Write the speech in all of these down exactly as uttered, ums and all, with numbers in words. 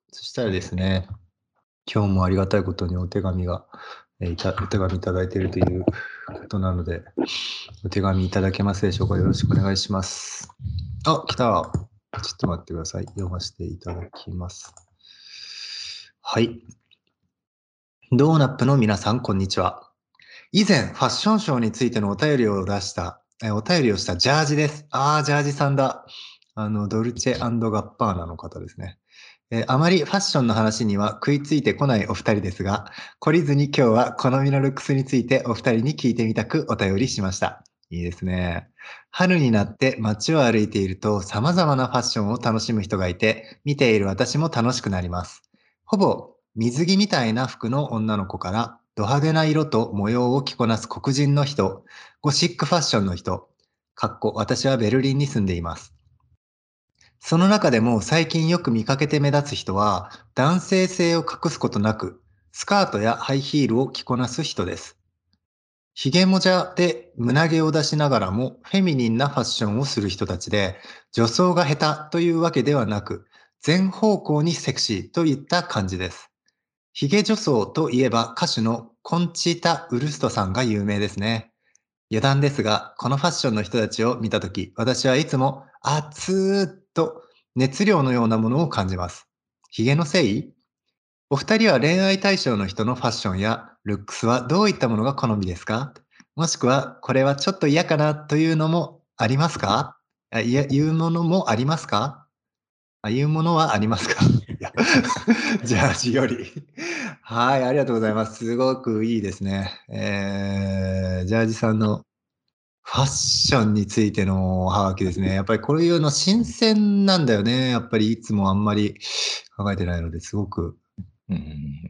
そしたらですね、今日もありがたいことにお手紙が、えーいたお手紙いただいているということなので、お手紙いただけますでしょうか。よろしくお願いします。あ、来た。ちょっと待ってください。読ませていただきます。はい。ドーナップの皆さん、こんにちは。以前、ファッションショーについてのお便りを出した、えお便りをしたジャージです。あー、ジャージさんだ。あの、ドルチェガッパーナの方ですね。えーあまりファッションの話には食いついてこないお二人ですが、懲りずに今日は好みのルックスについてお二人に聞いてみたくお便りしました。いいですね。春になって街を歩いていると様々なファッションを楽しむ人がいて、見ている私も楽しくなります。ほぼ水着みたいな服の女の子から、ド派手な色と模様を着こなす黒人の人、ゴシックファッションの人、かっこ私はベルリンに住んでいます。その中でも最近よく見かけて目立つ人は、男性性を隠すことなく、スカートやハイヒールを着こなす人です。髭もじゃで胸毛を出しながらもフェミニンなファッションをする人たちで、女装が下手というわけではなく、全方向にセクシーといった感じです。髭女装といえば歌手のコンチータ・ウルストさんが有名ですね。余談ですが、このファッションの人たちを見たとき、私はいつも熱ーっと熱量のようなものを感じます。髭のせい？お二人は恋愛対象の人のファッションやルックスはどういったものが好みですか？もしくは、これはちょっと嫌かなというのもありますか？あいや、いうものもありますか？あ、いうものはありますか？いや、ジャージより。はい、ありがとうございます。すごくいいですね。えー、ジャージさんのファッションについてのおはがきですね。やっぱりこういうの新鮮なんだよね。やっぱりいつもあんまり考えてないので、すごくうん。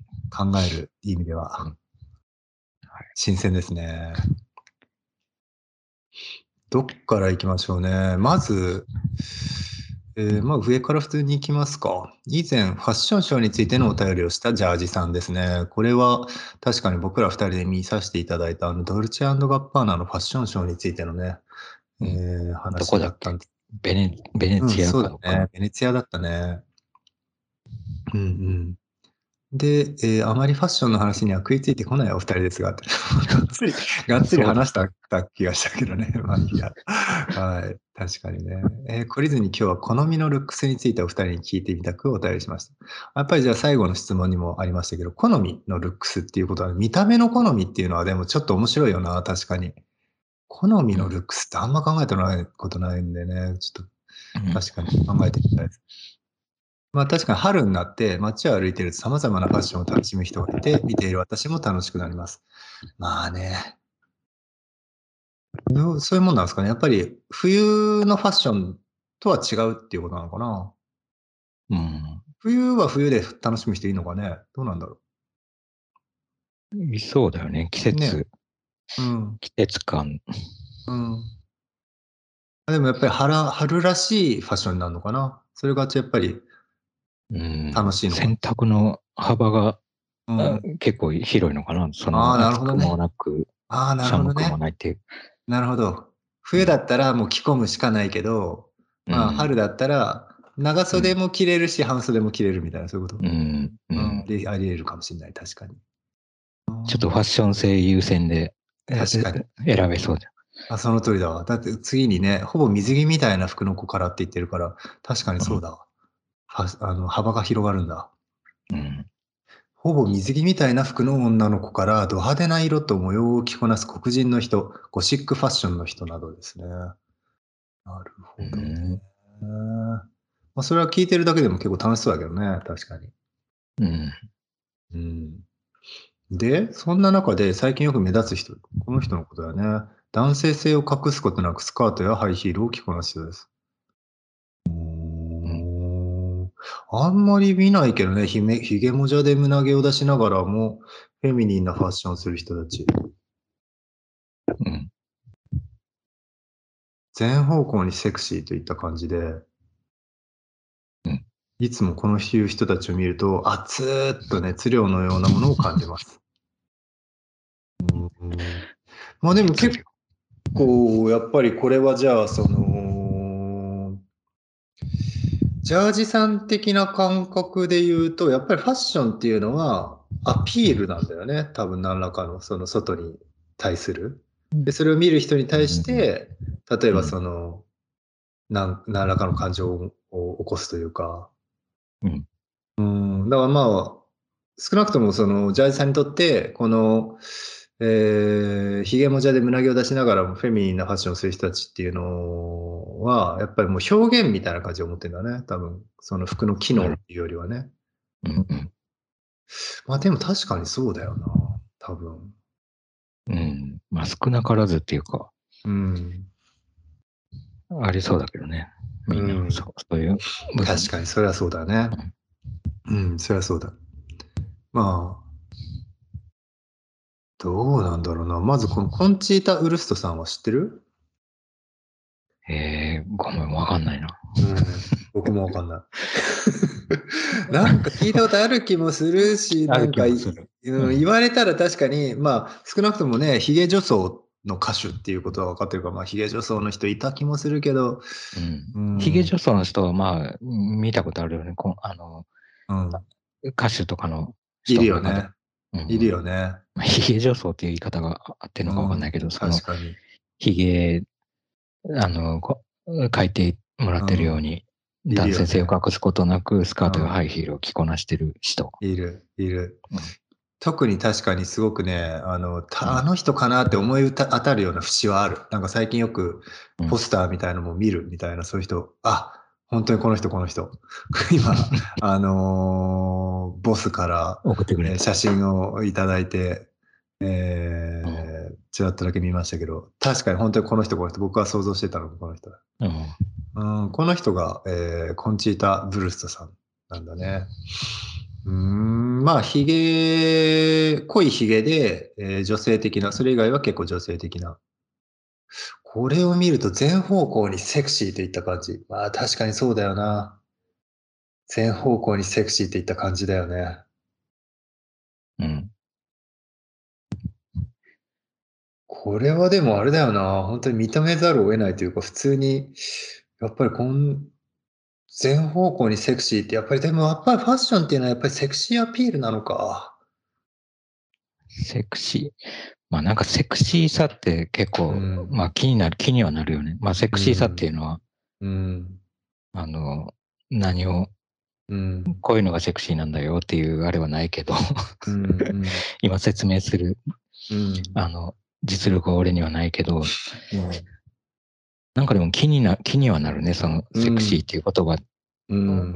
考える意味では新鮮ですね。どっから行きましょうね。まず、えー、まあ上から普通に行きますか。以前、ファッションショーについてのお便りをしたジャージさんですね。これは確かに僕ら二人で見させていただいたあのドルチェガッパーナのファッションショーについてのね、えうん。 ー、 ど話こだっけ？ だったんです。 ベネ、ベネうん、 ツィアそうだね。 かどっかの。 ベネツィアだったね。うんうん。で、えーあまりファッションの話には食いついてこないお二人ですが、がっつり、がっつりそうだ。 話したた気がしたけどね。まあいいや。はい。確かにね。えー懲りずに今日は好みのルックスについてお二人に聞いてみたくお便りしました。やっぱりじゃあ最後の質問にもありましたけど、好みのルックスっていうことは、見た目の好みっていうのはでもちょっと面白いよな、確かに。好みうん。 のルックスってあんま考えたことないんでね、ちょっとうん。 確かに考えてみたいです。まあ確かに春になって街を歩いていると様々なファッションを楽しむ人がいて、見ている私も楽しくなります。まあね、どうそういうもんなんですかね。やっぱり冬のファッションとは違うっていうことなのかな。 うん。 冬は冬で楽しむ人いいのかね。どうなんだろいそうだよね。季う。ね。 節、 うん。 季節感。 うん。でもやっぱり春春らしいファッションになるのかな。それがやっぱりうん。 楽しいのか選択の幅がな。うあん。 結構広いのかな。そああ、 のなる暑くもほどね。 なく、 ああ、なるほど寒くもね。 ないっていう。 なるほど。 うん。 冬だったらもう着込むしかないけど、まあ、 うん。 春だったら長うん。 袖も着れるし、半袖も着れるみたいな、そういうこと？ うん。ううん、 ん。 で、あり得るかもしれない、確かに。 ちょっとファッション性優先でえ確かに。 え選べそうじあ、その通りだわ。だって次にね、ほぼ水着みたいな服の子からって言ってるから、確かにゃん。 そうだわ。はあの、幅が広がるんだ。 うん。うん。 ほぼ水着みたいな服の女の子から、ド派手な色と模様を着こなす黒人の人、ゴシックファッションの人などですね。なるうほどん。 ね。まあ、それは聞いてるだけでも結構楽しそうだけどね、確かに。 うん。 うん。で、そんな中で最近よく目立つ人、この人のことだね。男性性を隠すことなくスカートやハイヒールを着こなす人です。 うん。 おーあんまり見ないけどね、ひめ、ひげもじゃで胸毛を出しながらも、フェミニンなファッションをする人たち。 うん。 全方向にセクシーといった感じで、 うん。 いつもこの人人たちを見ると、熱ーっと熱量のようなものを感じます。うんまあでも結熱量。うん。 構、やっぱりこれはじゃあ、その、 ジャージさん的な感覚で言うと、やっぱりファッションっていうのはアピールなんだよね。多分何らかのその外に対する。で、それを見る人に対して、例えばその、何何らかの感情を起こすというか。 うん。 うん、だからまあ、少なくともそのジャージさんにとって、この、えー、ひげもじゃで胸毛を出しながらもフェミニンなファッションをする人たちっていうのは、やっぱりもう表現みたいな感じを持ってるんだね。多分、その服の機能っていうよりはね。 うんうん。 まあでも確かにそうだよな。多分。 うん。まあ少なからずっていうか、 うん。 ありそうだけどね。みんな、 うん。 そう、そういう部分。 確かに、それはそうだね。うん、それはそうだ。まあ、どうなんだろうな。まずこのコンチータ・ウルストさんは知ってる？ ええー、ごめん、わかんないな。 うん、僕もわかんない。なんか聞いたことある気もするし、 あるなんかい、 気もする。 うん、 うん。 言われたら確かに、まあ、少なくともね、ヒゲ女装の歌手っていうことは分かってるから、まあ、ヒゲ女装の人いた気もするけど、 うん。 うん、 ヒゲ女装の人は、まあ、見たことあるよね。こんあの、 うん、 歌手とかのいる人の中で。 よね。 うん。 いるよね。 まあ、ヒゲ女装っていう言い方があってるのかわかんないうん、 けど、その、 確かに。 ヒゲ、あの、こ書いてもらってるよううん、 に、 いる男性性をよね。 隠すことなく、スカートやうん、 ハイヒールを着こなしてる人。 いる、いる。 うん。 特に確かにすごくね、あの、たあうん。 の人かなって思い当たるような節はある。なんか最近よくうん。 ポスターみたいのも見るみたいな、そういう人、あ、本当にこの人この人。今、あのーボスから、えー送ってくれた。 写真をいただいて、 うん。 えー、ちらっとだけ見ましたけど、確かに本当にこの人この人、僕は想像してたのがこの人だ。 うん。 うん、この人が、えー、コンチータ・ブルストさんなんだね。うーん、まあ、ひげ、濃いひげで、えー女性的な、それ以外は結構女性的な。これを見ると全方向にセクシーといった感じ。まあ、確かにそうだよな。全方向にセクシーといった感じだよね。 うん。 これはでもあれだよな。本当に認めざるを得ないというか、普通に、やっぱりこん、全方向にセクシーって、やっぱりでもやっぱりファッションっていうのはやっぱりセクシーアピールなのか。 セクシー。まあなんかセクシーさって結う構、 ん。 まあ気になる、気にはなるよね。まあセクうシーさっていうん。 のは、 うん。 あの、何を、 うん。 こういうのがセクシーなんだよっていうあれはないけど、 うん。 今説明する、 うん。 あの、実力は俺にはないけど、 うん。 なんかでも気にな、気にはなるね。そのうセクシーっん。 ていう言葉うん。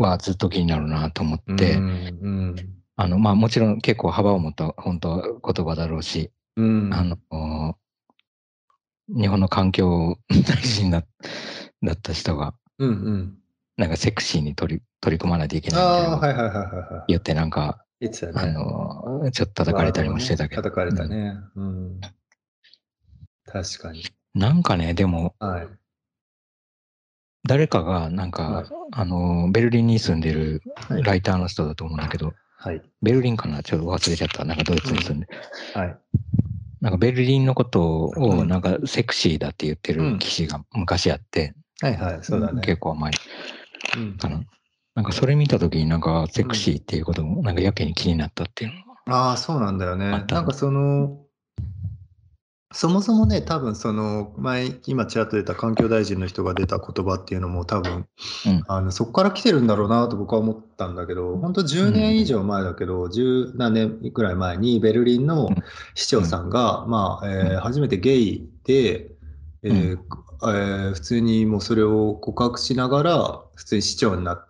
はずっと気になるなと思っうて、 ん。 あの、まあもちろん結構幅を持った本当は言葉だろうし、 うあの、 ん。 日本の環境大臣だだった人が、 うん。うん。 なんかセクシーに取り取り組まないといけないみたいなああ、 ことはいはいはいはいは言ってなんか、 い。いつだあね。 の、ちょっと叩かワれたりードをね、 もしてたけど。 叩かれうん。 たね。うん。確かに。 なんかね、でも、 はい。 誰かがなんか、 はい。 あの、ベルリンに住んでるはい。 ライターの人だと思うんだけど、 はい。 ベルリンかなちょっと忘れちゃった。なんかドイうん。 ツに住んで。 はい。 なんかベルリンのことをなんうん。 かセクシーだって言ってうん。 る記事が昔あって、 はいはい。そうだね。 結構前うん。 かな。なんかそれ見たときになんかセうん。 クシーっていうこともなんかやけに気になったっていうのがああ、そうなんだよね。 あったんで。 なんかその、そもそもね、多分その、前、今ちらっと出た環境大臣の人が出た言葉っていうのも多分、 うん。 あの、そこから来てるんだろうなと僕は思ったんだけど、本当10 うん。 年以上前だけど、じゅう何年くらい前にベルリンのうん。 市長うん。 さんが、まあ、えーうん。 初めてゲイで、えうん。 ーえー普通にもうそれを告白しながら、普通に市長になって、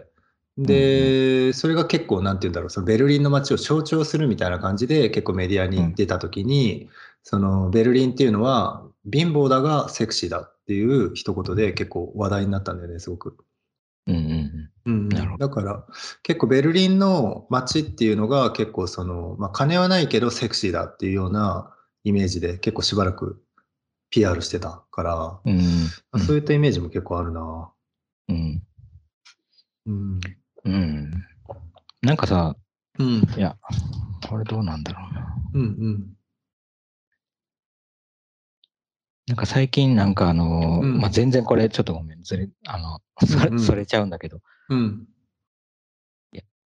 うん。 で、それが結構、なんて言うんだろう、そのベルリンの街を象徴するみたいな感じで、結構メディアうん。 に出た時に、そのベルリンっていうのは貧乏だがセクシーだっていう一言で結構話題になったんだよね、すごく。 うん。うん。 うんうん。 なるほど。 だから結構ベルリンの街っていうのが結構その、まあ金はないけどセクシーだっていうようなイメージで結構しばらく ピーアール してたかうん。 ら、 うん。 そういったイメージも結構あるな。 うん。 うん。 うん。なんかさ、 うん。 いや、これどうなんだろうな。 うんうん。 なんか最近なんかあの、まあ、 うん。 全然これちょっとごめん、ずれ、あの、 うんそれ、 うん。 それちゃうんだけど、 うん。 いや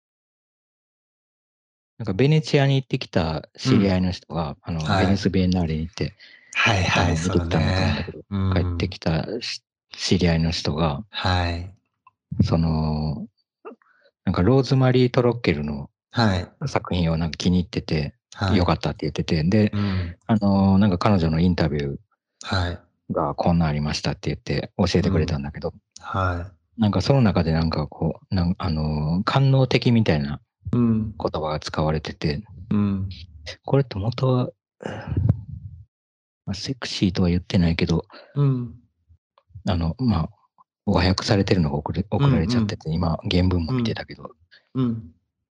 なんかベネチアに行ってきた知り合いの人が、あの、 はいベニスビエンナーレに行って、多はいはい、そう分見てきたんだと思うんだけね。 ど、 う帰ってん。 きたし知り合いの人が、 はい。 その、なんかローズマリー・トロッケルのはい。 作品をなんか気に入ってて、 はい。 よかったって言ってて、で、 うん。 あの、なんか彼女のインタビュはい。 ーがこんなんありましたって言って教えてくれたんだけど、 はなんかその中でなんかこう、なんあの、官能的みたいないうん。 言葉が使われてて、 うん。 これって元は、まあセクシーとは言ってないけど、 うん。 あの、まあ、和訳されてるのが送れ送られちゃってて、今、原文も見てたけど、 うん。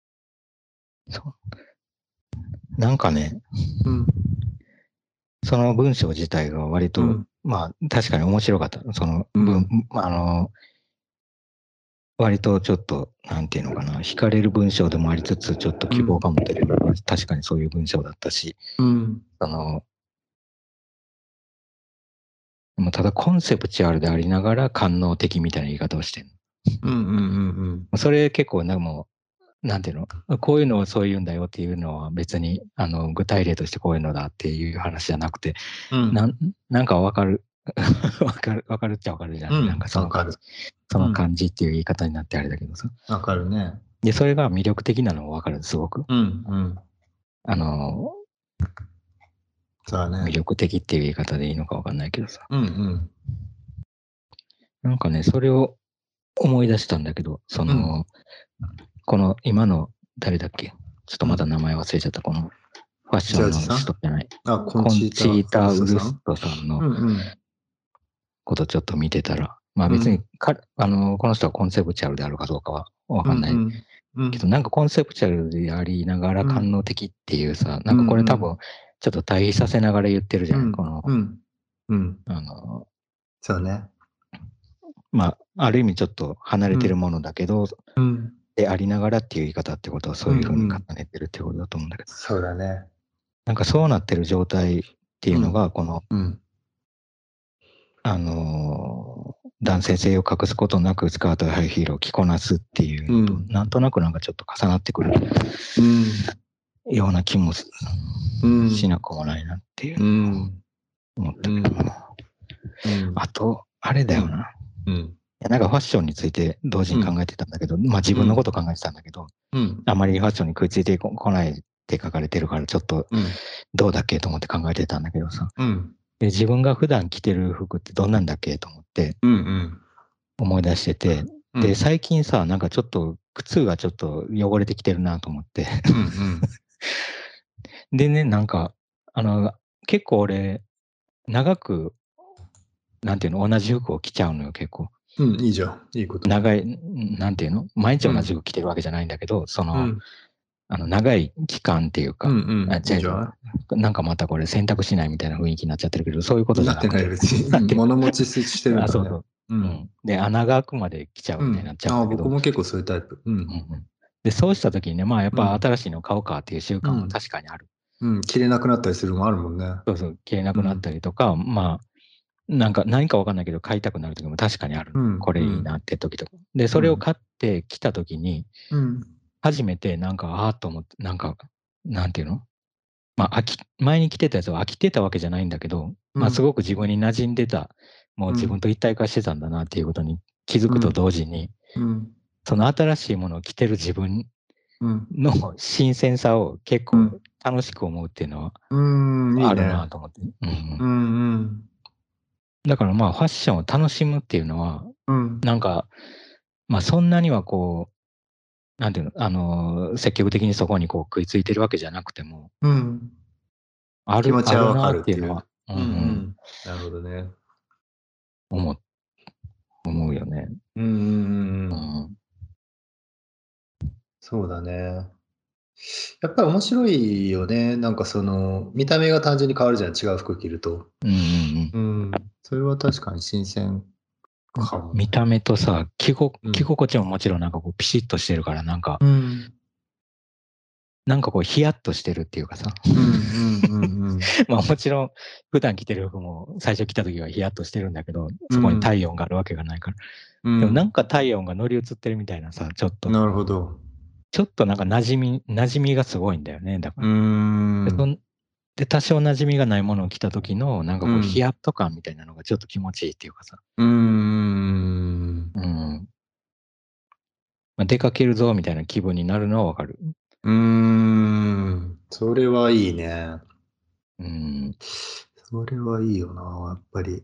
そうなんかね、 うん。 その文章自体が割と、 うん。 まあ、確かに面白かった。そのうん文、あの、割とちょっと、なんていうのかな、惹かれる文章でもありつつ、ちょっと希望が持てるような、確かにそういう文章だったし、 うん。 その、でもただコンセプチュアルでありながら官能的みたいな言い方をしてる。 うん。うん。うん。 それ結構、なんかもう、なんていうの、こういうのをそういうんだよっていうのは別に、あの、具体例としてこういうのだっていう話じゃなくて、 うん。 なんなんかわかる、わかる、わかるっちゃわかるじゃん。なんかその感じ、その感じっていう言い方になってあれだけどさ。 わかるね。 で、それが魅力的なのもわかる、すごく。 うん。うん。 あの、 そうだね。 魅力的っていう言い方でいいのかわかんないけどさ。 うん。うん。 なんかね、それを思い出したんだけど、その、この今の誰だっけ、ちょっとまた名前忘れちゃった、このファッションの人じゃない。 あ、コンコンチータ・ウチータ・ウルストさん。 ルストさんのうんうん。 ことちょっと見てたら、まあ別にか、あの、この人はコンセプチュアルであるかどうかはわかんないけど、なんかコンセプチュアルでありながら官能的っていうさ、なんかこれ多分ちょっと対比させながら言ってるじゃん、この、あの、 そうね。 まあ、ある意味ちょっと離れてるものだけど、 うんでありながらっていう言い方ってことはそういうふうに重ねてるってことだと思うんだけど、 そうだね。 なんかそうなってる状態っていうのが、この、 うんあのー男性性を隠すことなくスカートやハイヒールを着こなすっていうのと、 うんなんとなくなんかちょっと重なってくるうんような気もしうんなくもないなっていううん思ったけどな。 うんあと、あれだよな。 うんいやなんかファッションについて同時に考えてたんだけど、まあ自分のこと考えてたんだけど、 うんあまりファッションに食いついてここないって書かれてるから、ちょっとうんどうだっけと思って考えてたんだけどさ。 うんで、自分が普段着てる服ってどんなんだっけと思ってうんうん思い出してて、 うんで、最近さ、なんかちょっと靴がちょっと汚れてきてるなと思って。 うんうんでね、なんか、あの、結構俺、長く、なんていうの、同じ服を着ちゃうのよ、結構。 うん、いいじゃん。いいこと。 長い、なんていうの、毎日同じ服着てるわけじゃないんだけど、その、あの、長い期間っていうか、 うんうん、 あ、 いいじゃん。 なんかまたこれ選択しないみたいな雰囲気になっちゃってるけど、そういうことじゃなくて。 なってない、別に。物持ちしてるんだね。 あ、そうそう。 ううんん。で、穴が開くまで来ちゃうみたいになっちゃうんあ、 だけど。 僕も結構そういうタイプ。うん。 うんうんで、そうした時にね、まあやっぱ新しいの買おうかっていう習慣は確かにある。 うん、着れなくなったりするのもあるもんね。 そうそう、着れなくなったりとか、まあ、なんか何かわかんないけど買いたくなる時も確かにある。これいいなって時とか。で、それを買ってきた時に、初めてなんか、ああと思って、なんか、なんていうのまあ、飽き、前に着てたやつは飽きてたわけじゃないんだけど、まあすごく自分に馴染んでた、もう自分と一体化してたんだなっていうことに気づくと同時に、その新しいものを着てる自分の新鮮さを結構楽しく思うっていうのはあるなと思って。だからまあファッションを楽しむっていうのは、なんか、まあそんなにはこう、なんていうの、あの、積極的にそこにこう食いついてるわけじゃなくても、ある、あるなっていうのは、 うんうん。なるほどね。 思う、思うよね。 うんうんうん。そうだね。やっぱり面白いよね。なんかその、見た目が単純に変わるじゃん、違う服着ると。 うんうんうん。それは確かに新鮮かも。 見た目とさ、着こ着心地ももちろんなんかこうピシッとしてるから、なんか、 うん。 なんかこうヒヤッとしてるっていうかさ。 うんうんうんうまあもちろん普段着てる服も最初着た時はヒヤッとしてるんだけど、そこに体温があるわけがないから。うん、でもなんか体温が乗り移ってるみたいなさ、ちょっと。 なるほど。 ちょっとなんか馴染み、馴染みがすごいんだよね、だから。 うーんでそんで、多少馴染みがないものを着た時の、なんかこう、ヒヤッと感みたいなのがちょっと気持ちいいっていうかさ。 うーん。 うん。まあ、出かけるぞみたいな気分になるのはわかる。 うーん。それはいいね。 うん。 それはいいよな、やっぱり。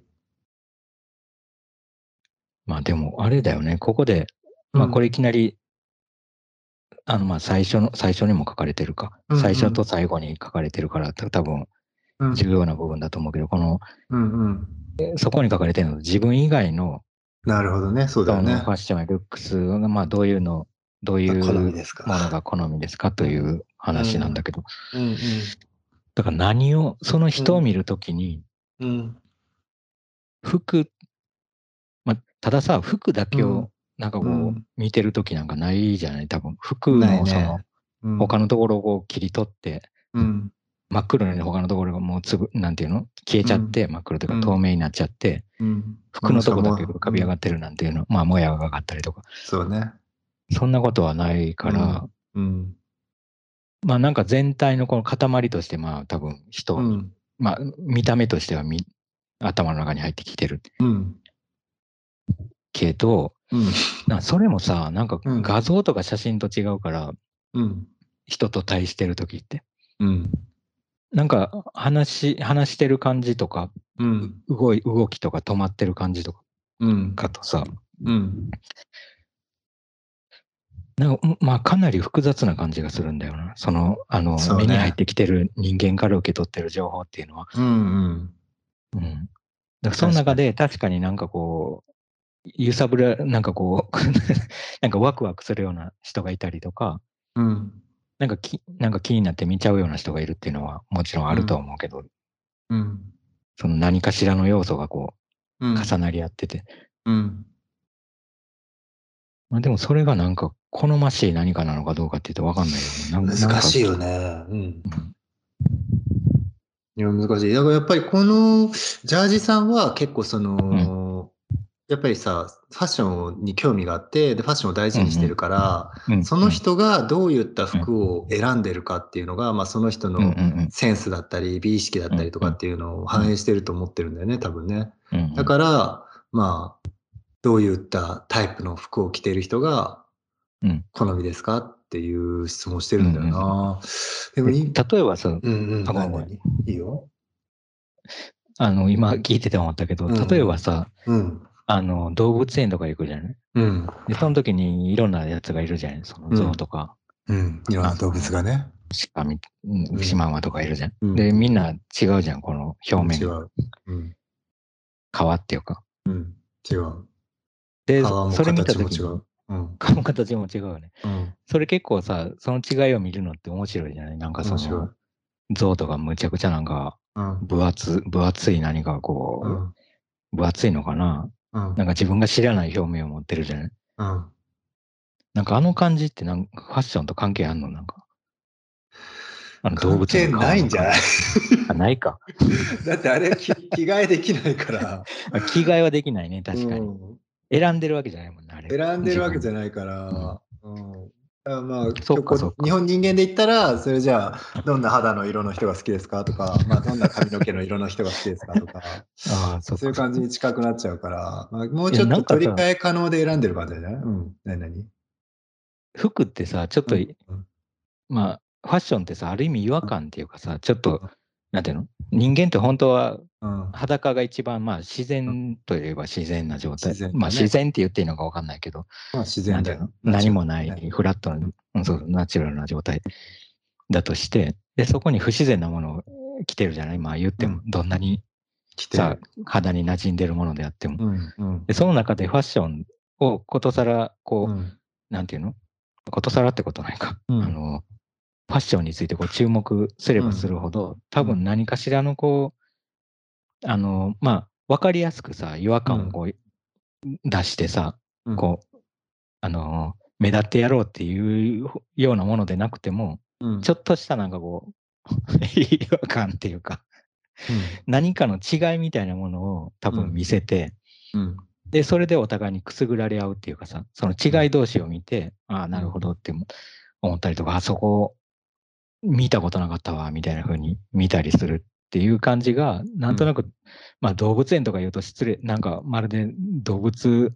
まあでも、あれだよね。ここで、まあこれいきなり、あの、まあ最初の、最初にも書かれてるか。 うんうん、 最初と最後に書かれてるから、た多分、重要な部分だと思うけど、この、 うんうん、 そこに書かれてるの、自分以外の、 なるほどね、そうだよね。 ファッションやルックスが、まあどういうの、どういうものが好みですかという話なんだけど。 うんうん、 だから何を、その人を見るときに、 うん、 服、まあ、たださ、服だけをなんかこう見てるときなんかないじゃない、多分。服のその、他のところを切り取って、真っ黒に他のところがもうつぶ、なんていうの消えちゃって、真っ黒というか透明になっちゃって、服のとこだけ浮かび上がってるなんていうの、まあ、もやが上がったりとか。 そうね。 そんなことはないから、まあなんか全体のこの塊として、まあ多分人、まあ見た目としてはみ頭の中に入ってきてる。けど、なそれもさ、なんか画像とか写真と違うから、人と対してるときって。なんか話、話してる感じとか、動い動きとか止まってる感じとか、かとさ、なんかまあかなり複雑な感じがするんだよな。その、あの、ね、目に入ってきてる人間から受け取ってる情報っていうのは。うんうん。うん。だからその中で確かになんかこう、揺さぶら、なんかこう、なんかワクワクするような人がいたりとか、うん、なんかき、なんか気になって見ちゃうような人がいるっていうのはもちろんあるとは思うけど、うん、その何かしらの要素がこう、重なり合ってて。うんうんまあ、でもそれがなんか好ましい何かなのかどうかっていうと分かんないよね。 難しいよね。うん。いや、難しい。だからやっぱりこのジャージさんは結構その、うん、やっぱりさ、ファッションに興味があって、で、ファッションを大事にしてるから、うんうん、その人がどういった服を選んでるかっていうのが、まあその人のセンスだったり、美意識だったりとかっていうのを反映してると思ってるんだよね、多分ね。だから、まあ、どういったタイプの服を着てる人が好みですかっていう質問してるんだよな。 でもいい例えばさ、うんうん、 何々いいよ。 あの、今聞いてて思ったけど、例えばさ、うん、あの、動物園とか行くじゃない、うん、で、その時にいろんなやつがいるじゃない、その象とか。 うん、うん、いろんな動物がね。 鹿み、シマウマとかいるじゃん。うん、で、みんな違うじゃん、この表面。違う。うん、 皮っていうか。 うん、違う。 で、それ見た時に、うん、顔も形も違うよね、うん。それ結構さ、その違いを見るのって面白いじゃない、なんかその、象とかむちゃくちゃなんか、分厚、分厚い何かこう、うん、分厚いのかな、うん、なんか自分が知らない表面を持ってるじゃない、うん、なんかあの感じってなんかファッションと関係あんのなんか。 あの動物の顔ないんじゃないあ、ないか。 だってあれ着替えできないから。 着替えはできないね、確かに。うん、選んでるわけじゃないもんね、あれ。 選んでるわけじゃないから。うんうんあまあ、そっかそっか日本人間で言ったら、それじゃあ、どんな肌の色の人が好きですかとか、まあ、どんな髪の毛の色の人が好きですかとか、あそそういう感じに近くなっちゃうから、まあ、もうちょっと取り替え可能で選んでる感じじゃないうん。何々 服ってさ、ちょっと、うんうん、まあ、ファッションってさ、ある意味違和感っていうかさ、ちょっと、なんていうの人間って本当は、裸が一番、まあ、自然といえば自然な状態。ね、まあ、自然って言っていいのか分かんないけど、 まあ、自然だよ。 何もない、フラットな、うん、そうナチュラルな状態だとして、で、そこに不自然なものを着てるじゃない、まあ言っても、どんなにさ、肌に馴染んでるものであっても。うんうん、で、その中でファッションをことさら、こう、うん、なんていうのことさらってことないか。うん、あの、ファッションについてこう注目すればするほど、うん、多分何かしらのこう、あの、まあ、わかりやすくさ、違和感をこう、出してさ、うん、こう、あの、目立ってやろうっていうようなものでなくても、うん、ちょっとしたなんかこう、 違和感っていうか、うん、何かの違いみたいなものを多分見せて、うんうん、でそれでお互いにくすぐられ合うっていうかさ、その違い同士を見て、うん、ああなるほどって思ったりとか、あそこ見たことなかったわみたいな風に見たりするっていう感じがなんとなく、うん、まあ動物園とか言うと失礼、なんかまるで動物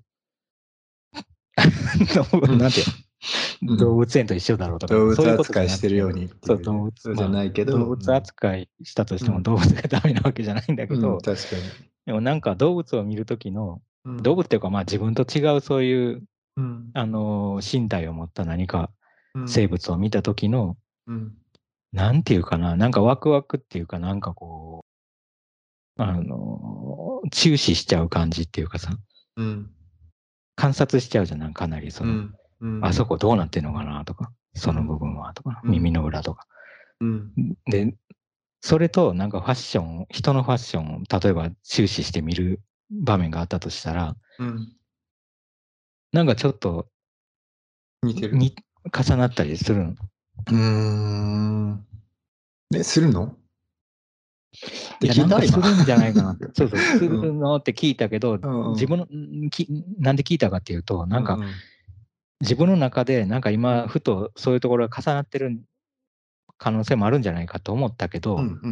なんていうの、うん、動物園と一緒だろうとか、 動物扱いしてるようにっていう、 そう動物そうじゃないけど、 まあ、動物扱いしたとしても動物がダメなわけじゃないんだけど、うんうん、 確かに。 でもなんか動物を見るときの、うん、動物っていうかまあ自分と違うそういう、うん、あの身体を持った何か生物を見た時の、うん、なんていうかな、なんかワクワクっていうかなんかこうあの注視しちゃう感じっていうかさ、うん、観察しちゃうじゃん、かなりその、うんうん、あそこどうなってんのかなとか、その部分はとか、うん、耳の裏とか、うん、でそれとなんかファッション、人のファッションを例えば注視して見る場面があったとしたら、うん、なんかちょっと似てるに重なったりするの。 うーん。え、するの？ いや、なんかするんじゃないかな。そうそう、するのって聞いたけど、うん、自分のき、なんで聞いたかっていうと、なんか、うんうん、自分の中で、なんか今、ふとそういうところが重なってる可能性もあるんじゃないかと思ったけど、うんうんうん、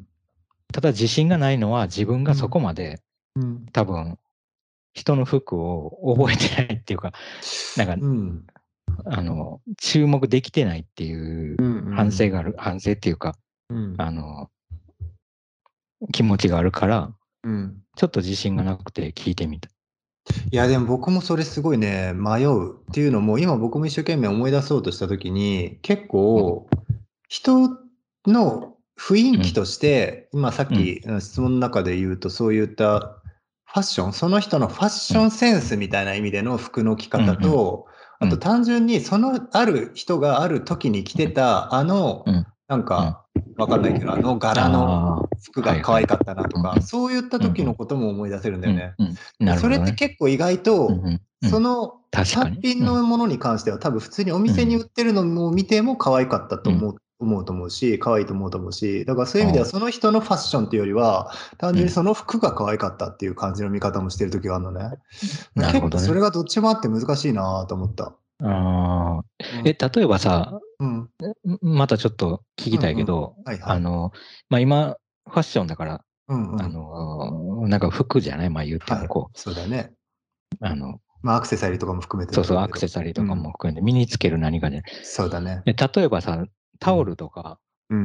ただ自信がないのは自分がそこまで、うん、多分、人の服を覚えてないっていうか、なんか、うん、あの、注目できてないっていう反省がある、うんうん、反省っていうか、うん、あの、気持ちがあるから、うん、ちょっと自信がなくて聞いてみた。 いや、でも僕もそれすごいね、迷うっていうのも、今僕も一生懸命思い出そうとしたときに、結構、人の雰囲気として、うん、今さっき質問の中で言うと、そういったファッション、その人のファッションセンスみたいな意味での服の着方と、うんうん、あと単純にそのある人がある時に着てた、あの、うん、なんか、わかんないけど、あの柄の服が可愛かったなとか、そういった時のことも思い出せるんだよね。それって結構意外と、その単品のものに関しては多分普通にお店に売ってるのを見ても可愛かったと思う。思うと思うし、可愛いと思うと思うし、だからそういう意味ではその人のファッションっていうよりは、単純にその服が可愛かったっていう感じの見方もしてる時があるのね。なるほどね。結構それがどっちもあって難しいなと思った。 あえ、例えばさ、うん、またちょっと聞きたいけど、あの、まあ、今、ファッションだから、うんうん、あの、なんか服じゃないまあ言ってもこう、はい、 そうだね。 あの、 まあ、アクセサリーとかも含めて。 そうそう、アクセサリーとかも含めて、身につける何かで。 そうだね。 例えばさ、タオルとか、うんうん、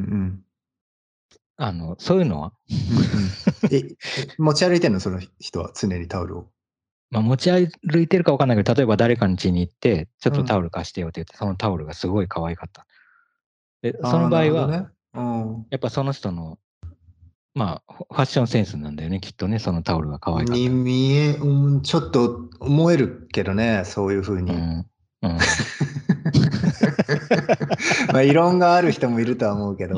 あの、そういうのは、うんうん、 え、持ち歩いてんのその人は、常にタオルを。 まあ、持ち歩いてるか分かんないけど、例えば誰かの家に行って、ちょっとタオル貸してよって言って、うん、そのタオルがすごい可愛かった。で、その場合は、ね、うん、やっぱその人の、まあ、ファッションセンスなんだよね、きっとね、そのタオルが可愛かった。 に見え、うん、ちょっと思えるけどね、そういう風に。うんうん、まあ異論がある人もいるとは思うけど。うん、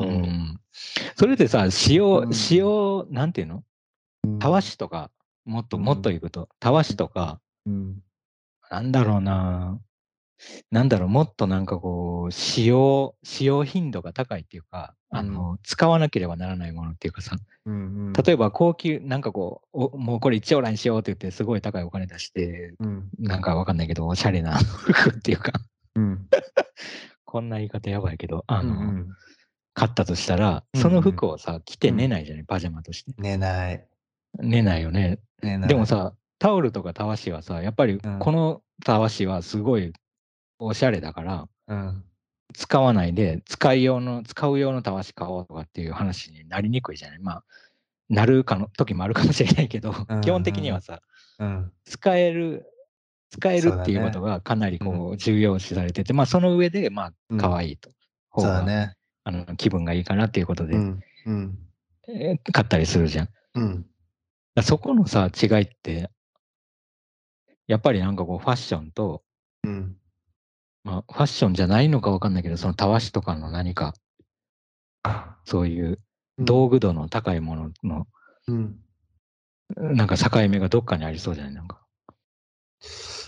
それでさ、使用、うん、使用、なんていうの、たわしとか、もっともっと言うと、たわしとか、うん、なんだろうな、なんだろう、もっとなんかこう、使用、使用頻度が高いっていうか、あの、うん、使わなければならないものっていうかさ、うんうん、例えば高級、なんかこう、おもうこれ一応来にしようって言って、すごい高いお金出して、うん、なんかわかんないけど、おしゃれな服っていうか、うん、こんな言い方やばいけど、あの、うんうん、買ったとしたら、その服をさ、着て寝ないじゃない、うん、パジャマとして。 寝ない。 寝ないよね。寝ない。でもさ、タオルとかたわしはさ、やっぱりこのたわしはすごいおしゃれだから、うん、使わないで、使い用の、使う用のたわし買おうとかっていう話になりにくいじゃない。まあ、なるかの時もあるかもしれないけど、うんうん、基本的にはさ、うん、使える、使えるっていうことがかなりこう重要視されてて、まあその上で、まあ、可愛いと。 うん、方が、ね、 あの気分がいいかなっていうことで、うんうんえー、買ったりするじゃん。うん、だそこのさ、違いって、やっぱりなんかこうファッションと、うん、まあファッションじゃないのかわかんないけど、そのたわしとかの何か、そういう道具度の高いものの、うん、なんか境目がどっかにありそうじゃないなんか。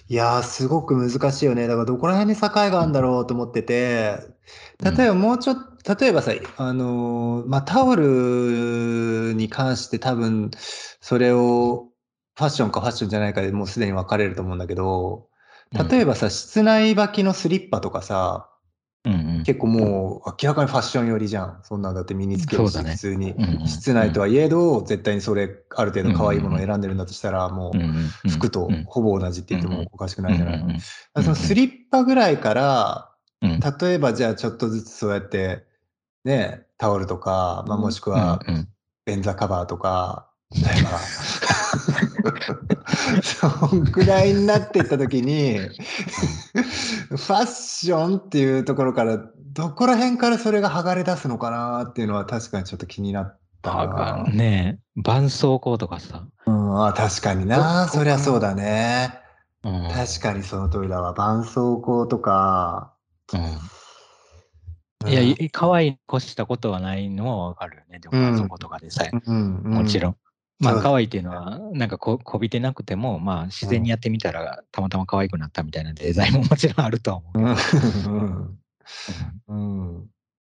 いやー、すごく難しいよね。だからどこら辺に境があるんだろうと思ってて、例えばもうちょっと、例えばさ、あのーまあ、タオルに関して多分、それをファッションかファッションじゃないかでもうすでに分かれると思うんだけど、例えばさ、室内履きのスリッパとかさ、 うんうん、 結構もう明らかにファッション寄りじゃん。そんなんだって身につけるし、 ね、 普通にうんうん、 室内とはいえど、絶対にそれある程度可愛いものを選んでるんだとしたら、もう服とほぼ同じって言ってもおかしくないじゃないの。そのスリッパぐらいから、例えばじゃあちょっとずつそうやってね、タオルとか、まあ、もしくは便座カバーとか、例えばそんくらいになっていった時にファッションっていうところからどこら辺からそれが剥がれ出すのかなっていうのは確かにちょっと気になったな。 ねえ、絆創膏とかさ。 うん、あ、確かにな。そりゃそうだね。 うん、 確かにその通りだわ。絆創膏とか。 うん、いや、可愛い越したことはないのはわかるよね。でも、絆創膏とかでさえ、うん、もちろん。まあ、可愛いっていうのは、なんかこ、こびてなくても、まあ、自然にやってみたら、たまたま可愛くなったみたいなデザインももちろんあるとは思うけど。うんうんうん、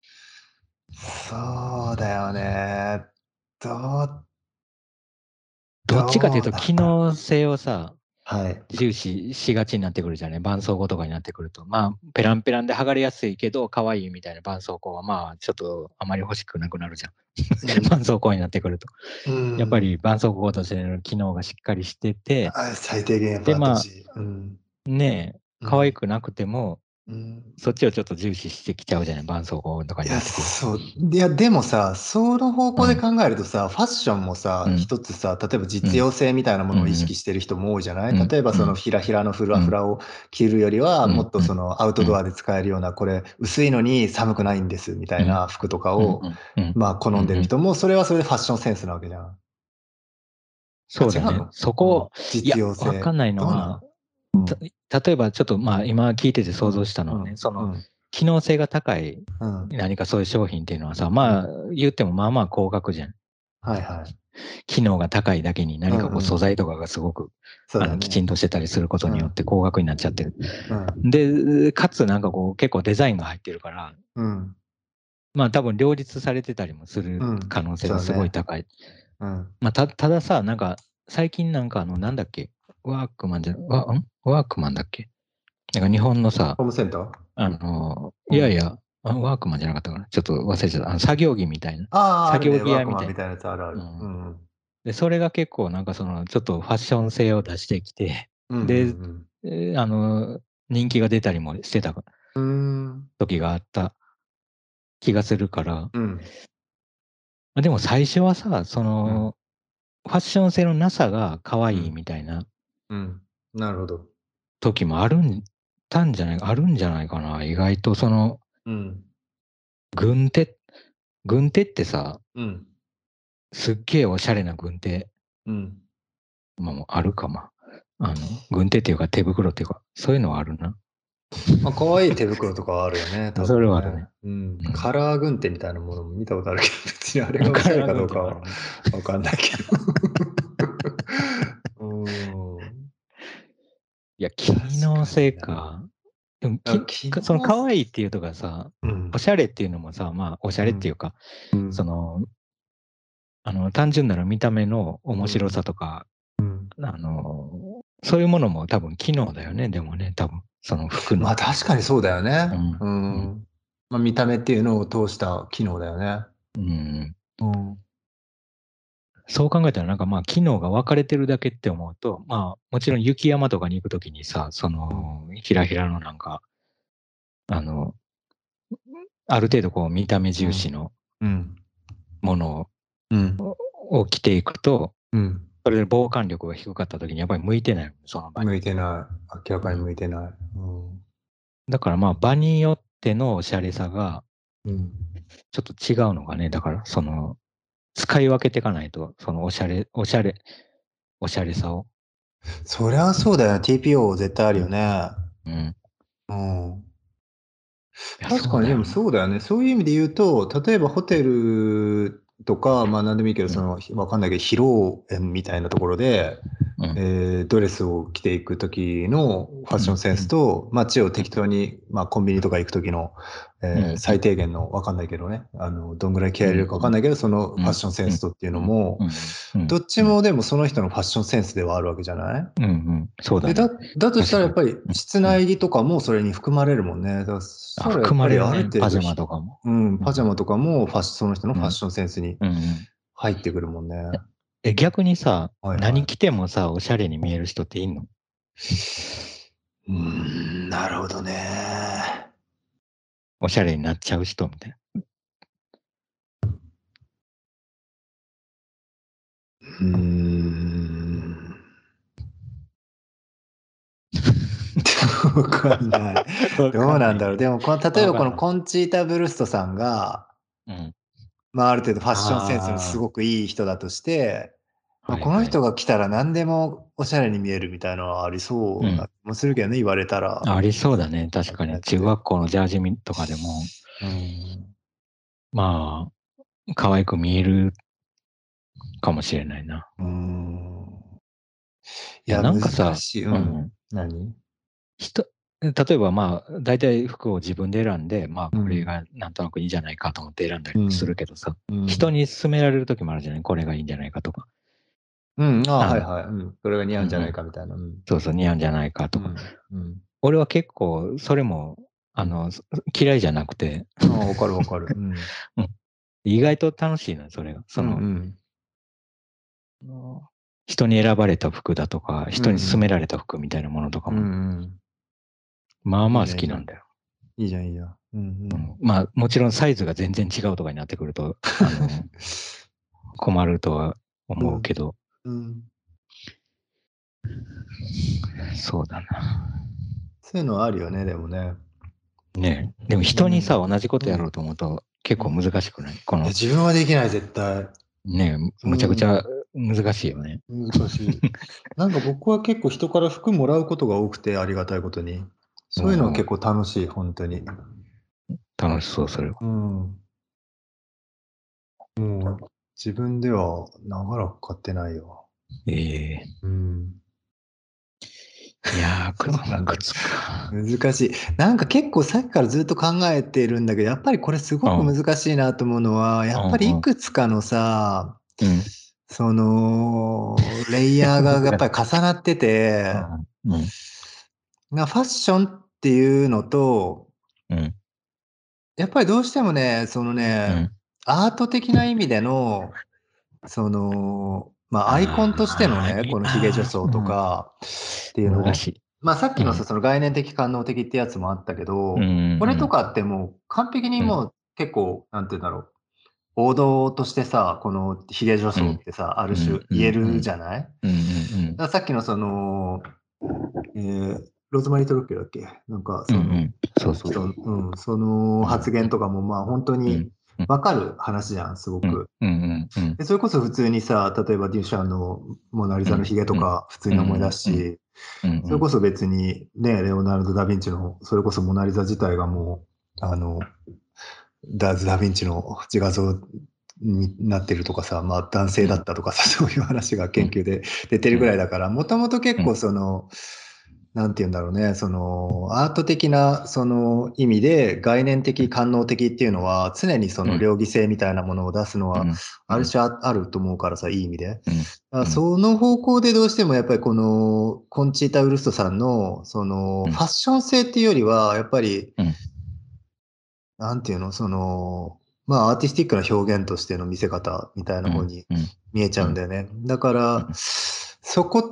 そうだよね。どう、 どっちかというと、機能性をさ、 はい、 重視しがちになってくるじゃない、絆創膏とかになってくると。まあ、ペランペランで剥がれやすいけど、可愛いみたいな絆創膏は、まあ、ちょっとあまり欲しくなくなるじゃん。絆創膏になってくると。うん、やっぱり絆創膏としての機能がしっかりしてて、 最低限で、まあ、 うん、 ねえ、可愛くなくても、うん、そっちをちょっと重視してきちゃうじゃない、絆創膏とかになってくる。 そう。いや、でもさ、その方向で考えるとさ、うん、ファッションもさ、うん、一つさ、例えば実用性みたいなものを意識してる人も多いじゃない、うん、例えばそのひらひらのフラフラを着るよりは、もっとそのアウトドアで使えるような、これ薄いのに寒くないんですみたいな服とかを、まあ好んでる人も、それはそれでファッションセンスなわけじゃん。 そうだね。そこ、実用性。いや、わかんないのは、例えばちょっとまあ今聞いてて想像したのはね、その機能性が高い何かそういう商品っていうのはさ、まあ言ってもまあまあ高額じゃん。はいはい。機能が高いだけに何かこう素材とかがすごく、あのきちんとしてたりすることによって高額になっちゃってる。で、かつなんかこう結構デザインが入ってるから、まあ多分両立されてたりもする可能性がすごい高い。まあたたださ、なんか最近なんかあのなんだっけ、ワークマンじゃ、ワんワークマンだっけ、なんか日本のさ、 ホームセンター、 あの、いやいや、うん、ワークマンじゃなかったかな。ちょっと忘れちゃった。あの作業着みたいな。ああ、作業着屋みたいな。みたいなやつあるある。うん、で、それが結構なんかその、ちょっとファッション性を出してきて、うんうんうん、で、あの、人気が出たりもしてた時があった気がするから、うん、でも最初はさ、その、うん、ファッション性のなさが可愛いみたいな、うん、うん、なるほど。時もあるん、たんじゃない、あるんじゃないかな、意外とその、うん、軍手、軍手ってさ、うん、すっげえおしゃれな軍手、うん、まあ、あるかも。あの、軍手っていうか手袋っていうか、そういうのはあるな。 まあ、可愛い手袋とかはあるよね、多分ね。 それはあるね。 うん。カラー軍手みたいなものも見たことあるけど、別にあれがおしゃれかどうかはわかんないけど。うん。 いや、機能性か。でもき、その可愛いっていうとかさ、うん、おしゃれっていうのもさ、まあ、おしゃれっていうか、うん、その、あの、単純なる見た目の面白さとか、うん、あの、そういうものも多分機能だよね、でもね、多分、その服の。 まあ確かにそうだよね。うん。うん、まあ、見た目っていうのを通した機能だよね。うん。 うん、そう考えたら、なんかまあ、機能が分かれてるだけって思うと、まあ、もちろん雪山とかに行くときにさ、その、ひらひらのなんか、あの、ある程度こう見た目重視のものを着ていくと、うん、それで防寒力が低かった時にやっぱり向いてない、その場に。 向いてない。明らかに向いてない。うんうん、だからまあ場によってのおしゃれさが、ちょっと違うのがね、だからその、使い分けていかないと、そのおしゃれ、おしゃれ、おしゃれさを。 そりゃそうだよね。ティーピーオー 絶対あるよね。うん。うん。確かにでもそうだよね。そういう意味で言うと、例えばホテルとか、まあ何でもいいけど、その、わかんないけど、披露宴みたいなところで、 えー、ドレスを着ていく時のファッションセンスと、うん、街を適当に、まあ、コンビニとか行く時の、えー、最低限の分かんないけどね、あのどんぐらい着られるか分かんないけど、そのファッションセンスとっていうのも、どっちもでもその人のファッションセンスではあるわけじゃない、 うんうん、そうだね。 で だ, だとしたらやっぱり室内着とかもそれに含まれるもんね。だからそれやっぱりある程度、 パジャマとかも。 うん、パジャマとかもファッその人のファッションセンスに入ってくるもんね。うんうん、 え逆にさ、はいはい、何着てもさ、おしゃれに見える人っていんの？ うーん、なるほどね。 おしゃれになっちゃう人みたいな。 うーん。わかんない。どうなんだろう。でもこの、例えばこのコンチータ・ブルストさんが、うん、まあある程度ファッションセンスのすごくいい人だとして、まあ、この人が来たら何でもおしゃれに見えるみたいなのはありそうな気もするけどね、うん、言われたら。 ありそうだね、確かに。中学校のジャージとかでも、うん、まあ、可愛く見えるかもしれないな。うん。 いや、なんかさ、うん、何？ 人、例えばまあ、大体服を自分で選んで、まあ、これがなんとなくいいんじゃないかと思って選んだりするけどさ、うん、人に勧められる時もあるじゃない、これがいいんじゃないかとか。 うん、ああ、はいはい。うん。これが似合うんじゃないかみたいな。うん、 そうそう、似合うんじゃないかとか。うんうん、俺は結構、それも、あの、嫌いじゃなくて。 ああ、わかるわかる。うん、 意外と楽しいの、それが。その、うんうん、人に選ばれた服だとか、人に勧められた服みたいなものとかも、うんうん、まあまあ好きなんだよ。 いいじゃん、いいじゃん。うんうんうん、まあ、もちろんサイズが全然違うとかになってくると、あの困るとは思うけど、うんうん、そうだな。 そういうのはあるよね、でもね。 ねえ、でも人にさ、うん、同じことやろうと思うと結構難しくない？うん、この自分はできない、絶対。 ねえ、むちゃくちゃ難しいよね。 うん、難しい。なんか僕は結構人から服もらうことが多くて、ありがたいことに。そういうのは結構楽しい、本当に。 楽しそう、それは。うん。 もう、自分では長らく買ってないよ。 ええー。うん。いやー、靴か。 難しい。なんか結構さっきからずっと考えてるんだけど、やっぱりこれすごく難しいなと思うのは、やっぱりいくつかのさ、うん、その、レイヤーがやっぱり重なってて、うんうん、ファッションっていうのと、うん、やっぱりどうしてもね、そのね、うん、アート的な意味での、その、まあ、アイコンとしてのね、この髭女装とかっていうのを、まあ、さっきのさ、その概念的官能的ってやつもあったけど、これとかってもう完璧にもう結構、なんて言うんだろう、王道としてさ、この髭女装ってさ、ある種言えるじゃない？さっきのその、えー、ローズマリー・トロッケだっけ？なんかその、そうそう、うん、その発言とかもまあ本当にわかる話じゃん、すごく。でそれこそ普通にさ、例えばデュシャンのモナリザのヒゲとか普通に思い出すし、それこそ別にね、レオナルド・ダ・ヴィンチの、それこそモナリザ自体がもう、あの、ダ・ダ・ヴィンチの自画像になってるとかさ、まあ男性だったとかさ、そういう話が研究で出てるぐらいだから、もともと結構その、なんて言うんだろうね、その、アート的な、その意味で、概念的、官能的っていうのは、常にその両義性みたいなものを出すのは、ある種あると思うからさ、いい意味で。その方向でどうしても、やっぱりこの、コンチータ・ウルストさんの、その、ファッション性っていうよりは、やっぱり、なんていうの、その、まあ、アーティスティックな表現としての見せ方みたいな方に見えちゃうんだよね。だから、そこと、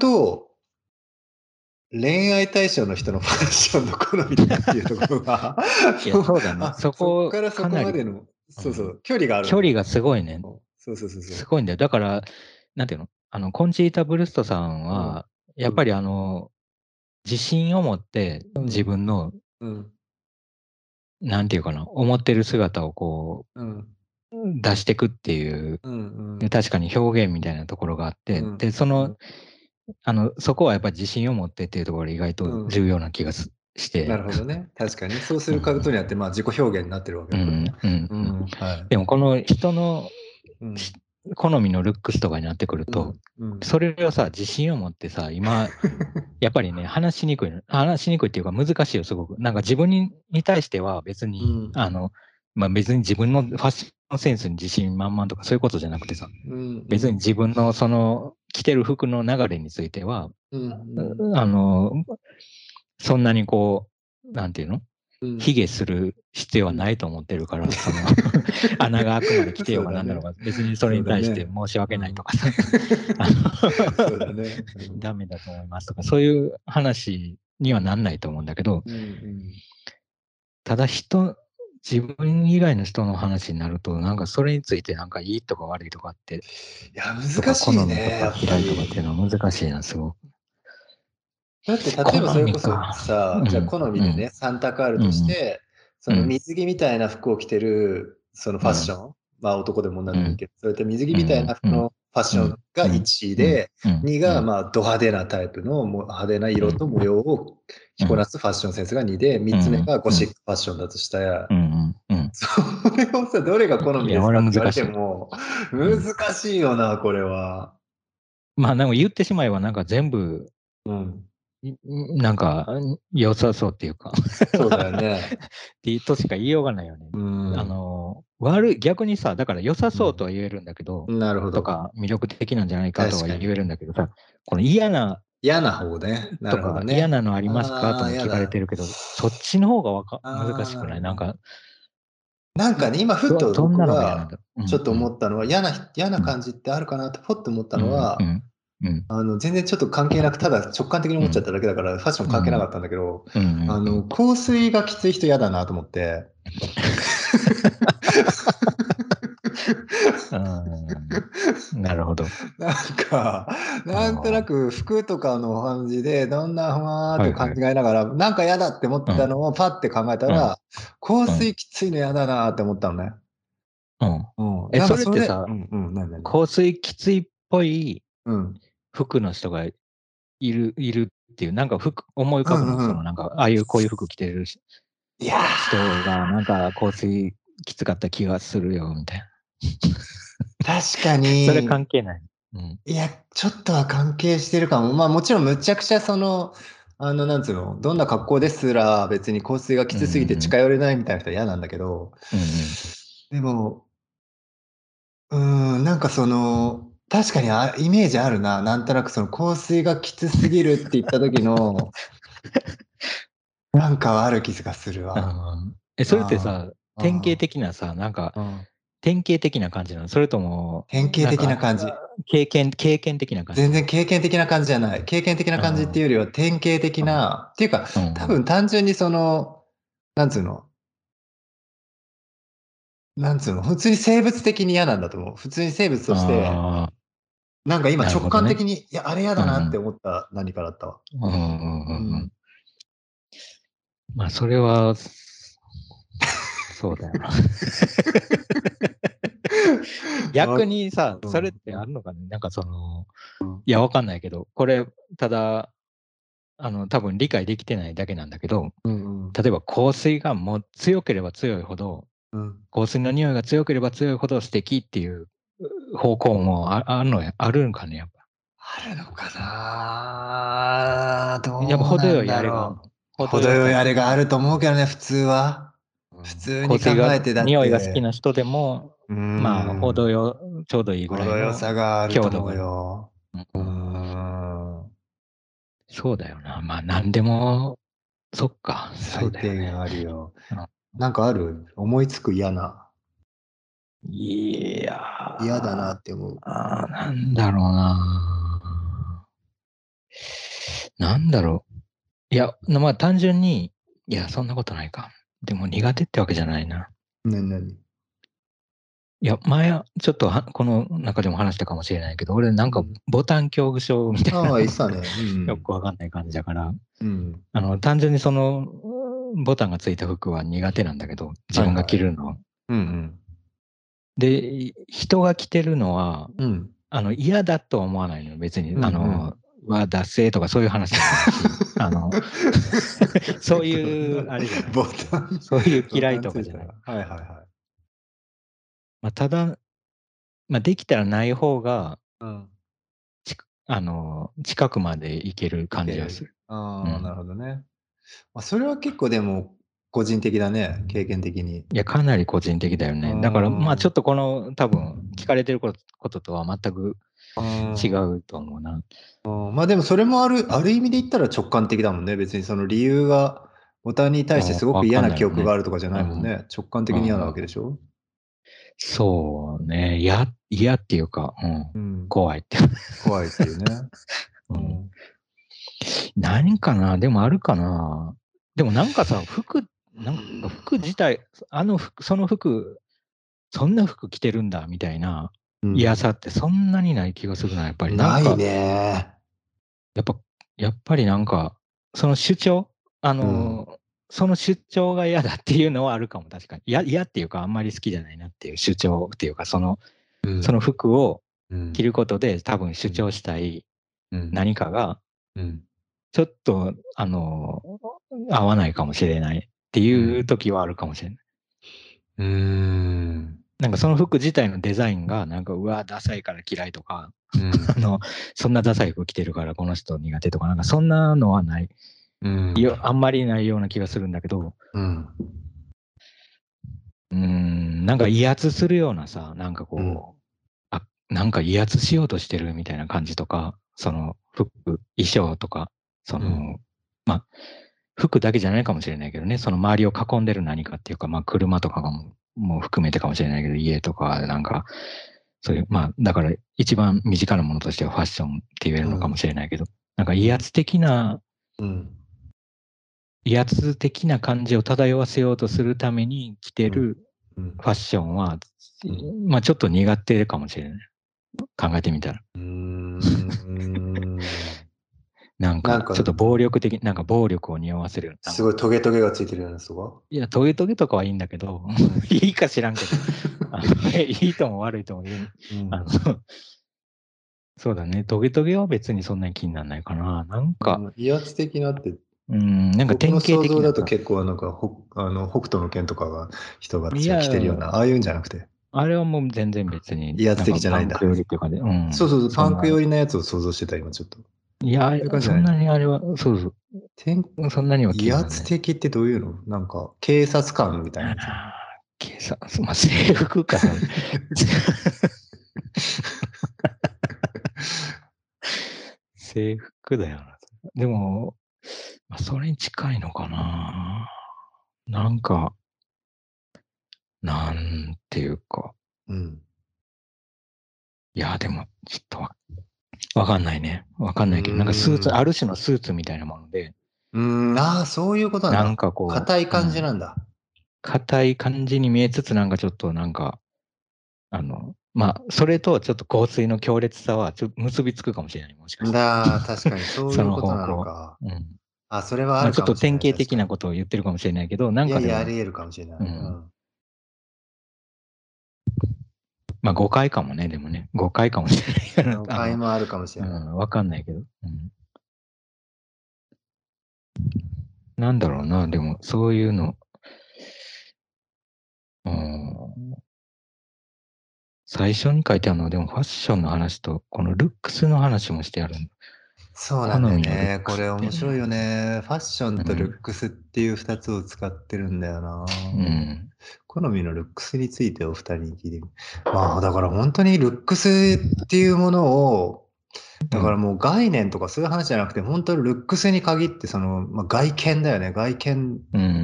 恋愛対象の人のファッションの好みとかっていうところがいや、そうだね。そこ、 そこからそこまでの、そうそう、距離がある。 距離がすごいね。 そうそうそうそう。 すごいんだよ。だから、なんていうの、あの、コンチータ・ブルストさんは、うん、やっぱりあの、自信を持って自分の、うんうん、なんていうかな、思ってる姿をこう、うん、出していくっていう、うんうん、確かに表現みたいなところがあって、うん、で、その、あの、そこはやっぱり自信を持ってっていうところが意外と重要な気がす、うん、して。 なるほどね。確かに。そうすることによって、まあ自己表現になってるわけだから。 うん。うん。うん。はい。でもこの人の、うん、 好みのルックスとかになってくると、 うんうん、 それをさ、自信を持ってさ、今、やっぱりね、話しにくいの。話しにくいっていうか難しいよ、すごく。なんか自分にに対しては別に、うん、あの、まあ、別に自分のファッションセンスに自信満々とかそういうことじゃなくてさ、うんうん、別に自分のその着てる服の流れについては、うんうん、あの、そんなにこう、なんていうの卑下する必要はないと思ってるから、うん、その穴が開くまで来てようがなんだろうが、ね、別にそれに対して申し訳ないとかさ、そうだね、ダメだと思いますとか、そういう話にはなんないと思うんだけど、うんうん、ただ人、自分以外の人の話になると、なんかそれについてなんかいいとか悪いとかって、いや、難しいね、 やっぱり。嫌いとかっていうのは難しいな、すごく。 だって例えばそれこそさ、じゃあ好みでね、うん、さん択あるとして、うん、その水着みたいな服を着てるそのファッション、うん、まあ男でも女でもいいけど、そういった水着みたいな服のファッションがいちいで、にいがまあド派手なタイプの派手な色と模様を着こなすファッションセンスがにで、みっつめがゴシックファッションだとしたら、それをさ、どれが好みですかって言われても、難しいよな、これは。 まあでも言ってしまえばなんか全部、うんなんか良さそうっていうかそうだよね。 っていうとしか言いようがないよね。うん、あの悪い逆にさ、だから良さそうとは言えるんだけど、うん、なるほどとか魅力的なんじゃないかとは言えるんだけどさ、この嫌な嫌な方ね。なるほどね。 嫌なのありますかとも聞かれてるけど、そっちの方がわか難しくない？なんか。 なんかね、今ふっと僕がちょっと思ったのは、嫌な嫌な感じってあるかなってポッと思ったのは。うんうんうん、あの全然ちょっと関係なく、ただ直感的に思っちゃっただけだから、うん、ファッション関係なかったんだけど、うんうんうん、あの香水がきつい人嫌だなと思って。 なるほど。 なんか、なんとなく服とかの感じで、どんなふわーって考えながら、はいはい、なんか嫌だって思ったのをパッて考えたら、うん、香水きついの嫌だなって思ったのね。 うん。うん、え、それってさ、うんうん、香水きついっぽい服の人がいる、いるっていう、なんか服、思い浮かぶの、うんうん、そのなんか、ああいうこういう服着てる人が、なんか香水きつかった気がするよ、みたいな。 確かに。 それ関係ない。 うん、いや、ちょっとは関係してるかも。まあもちろんむちゃくちゃその、あの、なんつうの、どんな格好ですら別に香水がきつすぎて近寄れないみたいな人は嫌なんだけど、うんうん、でも、うーん、なんかその、確かにあイメージあるな。なんとなくその香水がきつすぎるって言った時の、なんかはある気がするわ。 え、それってさ、典型的なさ、なんか、典型的な感じなの？それとも、 典型的な感じ。 経験、経験的な感じ？ 全然経験的な感じじゃない。経験的な感じっていうよりは典型的な、っていうか、多分単純にその、なんつうの、なんつうの、普通に生物的に嫌なんだと思う。普通に生物として、なんか今直感的に、ね、いや、あれ嫌だなって思った何かだったわ。うんうんうんうん。まあ、それは、そうだよな。逆にさ、それってあるのかね、なんかその、いや、わかんないけど、これ、ただ、あの、多分理解できてないだけなんだけど、うんうん、例えば香水がもう強ければ強いほど、うん、香水の匂いが強ければ強いほど素敵っていう方向も あ, あるのや、あるんかね、やっぱ。 あるのかな、どうなんだろう。 やっぱ程よいあれがあるの。 程よいあれがあると思うけどね、普通は。うん、普通に考えてだって。 匂いが好きな人でも、まあ、程よ、ちょうどいいぐらいの程よさがあると思うよ。うん。 そうだよな。まあ、なんでも、そっか。 最低限あるよ。なんかある？思いつく嫌な。 いやー。嫌だなって思う。 あなんだろうな。なんだろう。いや、まあ単純に、いや、そんなことないか。でも苦手ってわけじゃないな。 なになに？ いや、前、ちょっとはこの中でも話したかもしれないけど、俺なんかボタン恐怖症みたいな、 うん、ああ、言ってたね。 うん、よくわかんない感じだから、うん、あの単純にそのボタンがついた服は苦手なんだけど、自分が着るのは。はいはい、うんうん、で、人が着てるのは、うん、あの嫌だとは思わないのよ、別に。うんうん、あのは脱製とかそういう話じゃないし、あのそういうあれじゃない。ボタンそういう嫌いとかじゃない。はいはいはい。まあ、ただ、 まあ、できたらない方が、 うん、 あの、近くまで行ける感じがする。 ああ、 うん、 なるほどね。まあ、それは結構でも、個人的だね、経験的に。 いや、かなり個人的だよね。だから、まあ、ちょっとこの、多分、聞かれてることとは全く違うと思うな。 まあでもそれもある、ある意味で言ったら直感的だもんね。別にその理由がボタンに対してすごく嫌な記憶があるとかじゃないもんね。ね、直感的に嫌なわけでしょ。 そうね。嫌、嫌っていうか、うん。うん、怖いって。 怖いっていうね。 うん、何かな、でもあるかな。でもなんかさ、服、なんか服自体、あの服、その服、そんな服着てるんだみたいな嫌さってそんなにない気がするな、やっぱり。なんか、 ないね。 やっぱ、やっぱりなんか、その主張、あの、うん、その主張が嫌だっていうのはあるかも、確かに。嫌、嫌っていうか、あんまり好きじゃないなっていう主張っていうか、その、うん、その服を着ることで多分主張したい何かが、ちょっと、あの、合わないかもしれないっていう時はあるかもしれない。 うーん。 なんかその服自体のデザインが、なんか、うわ、ダサいから嫌いとか、うん、あの、そんなダサい服着てるからこの人苦手とか、なんかそんなのはない。うん、あんまりないような気がするんだけど、うん、うーん、なんか威圧するようなさ、なんかこう、うん、あ、なんか威圧しようとしてるみたいな感じとか、その服、衣装とか、その、うん、まあ、服だけじゃないかもしれないけどね、その周りを囲んでる何かっていうか、まあ、車とかももう含めてかもしれないけど、家とか、なんか、そういう、まあ、だから一番身近なものとしてはファッションって言えるのかもしれないけど、うん、なんか威圧的な、うん、威圧的な感じを漂わせようとするために着てるファッションは、うん、まあちょっと苦手かもしれない。考えてみたら。うーんなんか、ちょっと暴力的、なんか暴力を匂わせる。 すごいトゲトゲがついてるような人が。 いや、トゲトゲとかはいいんだけど、いいか知らんけど、いいとも悪いとも言う。うん、あのそうだね、トゲトゲは別にそんなに気にならないかな。なんか。 うん、威圧的なって、 うん、なんか典型的な。 僕の想像だと結構なんかほあの北斗の拳とかが人が着てるような、ああいうんじゃなくて。 あれはもう全然別に。 威圧的じゃないんだ。 パンク寄りっていうかね。うん。 そうそうそう、パンク寄りのやつを想像してた、今ちょっと。 いや、そんなにあれは、そうそう。そんなには威圧的ってどういうの？なんか、警察官みたいなやつ。 警察、まあ、制服か。制服だよな。でも、まあ、それに近いのかな。なんか、なんていうか。うん。いや、でも、ちょっとわ、わかんないね。わかんないけど、なんかスーツ、ある種のスーツみたいなもので。 うん、ああ、そういうことなんだ。なんかこう。硬い感じなんだ。 硬、うん、い感じに見えつつ、なんかちょっとなんか、あの、まあ、それとちょっと香水の強烈さはちょっと結びつくかもしれない、もしかして。 だ、確かにそういうことなのか。うん。あ、それはあるかもしれない。まあ、ちょっと典型的なことを言ってるかもしれないけど、なんかでも。 いやいや、あり得るかもしれない。うん。うん、 まあ誤解かもね、でもね。誤解かもしれない。 誤解もあるかもしれない。 うん、わかんないけど、うん。なんだろうな、でもそういうの。うん、最初に書いてあるのは、でもファッションの話と、このルックスの話もしてある。 そうなんだよね。これ面白いよね。ファッションとルックスっていう二つを使ってるんだよな。うん。好みのルックスについてお二人に聞いてみる。まあだから本当にルックスっていうものを、だからもう概念とかそういう話じゃなくて、本当にルックスに限ってその、まあ、外見だよね。外見。うんうんうん。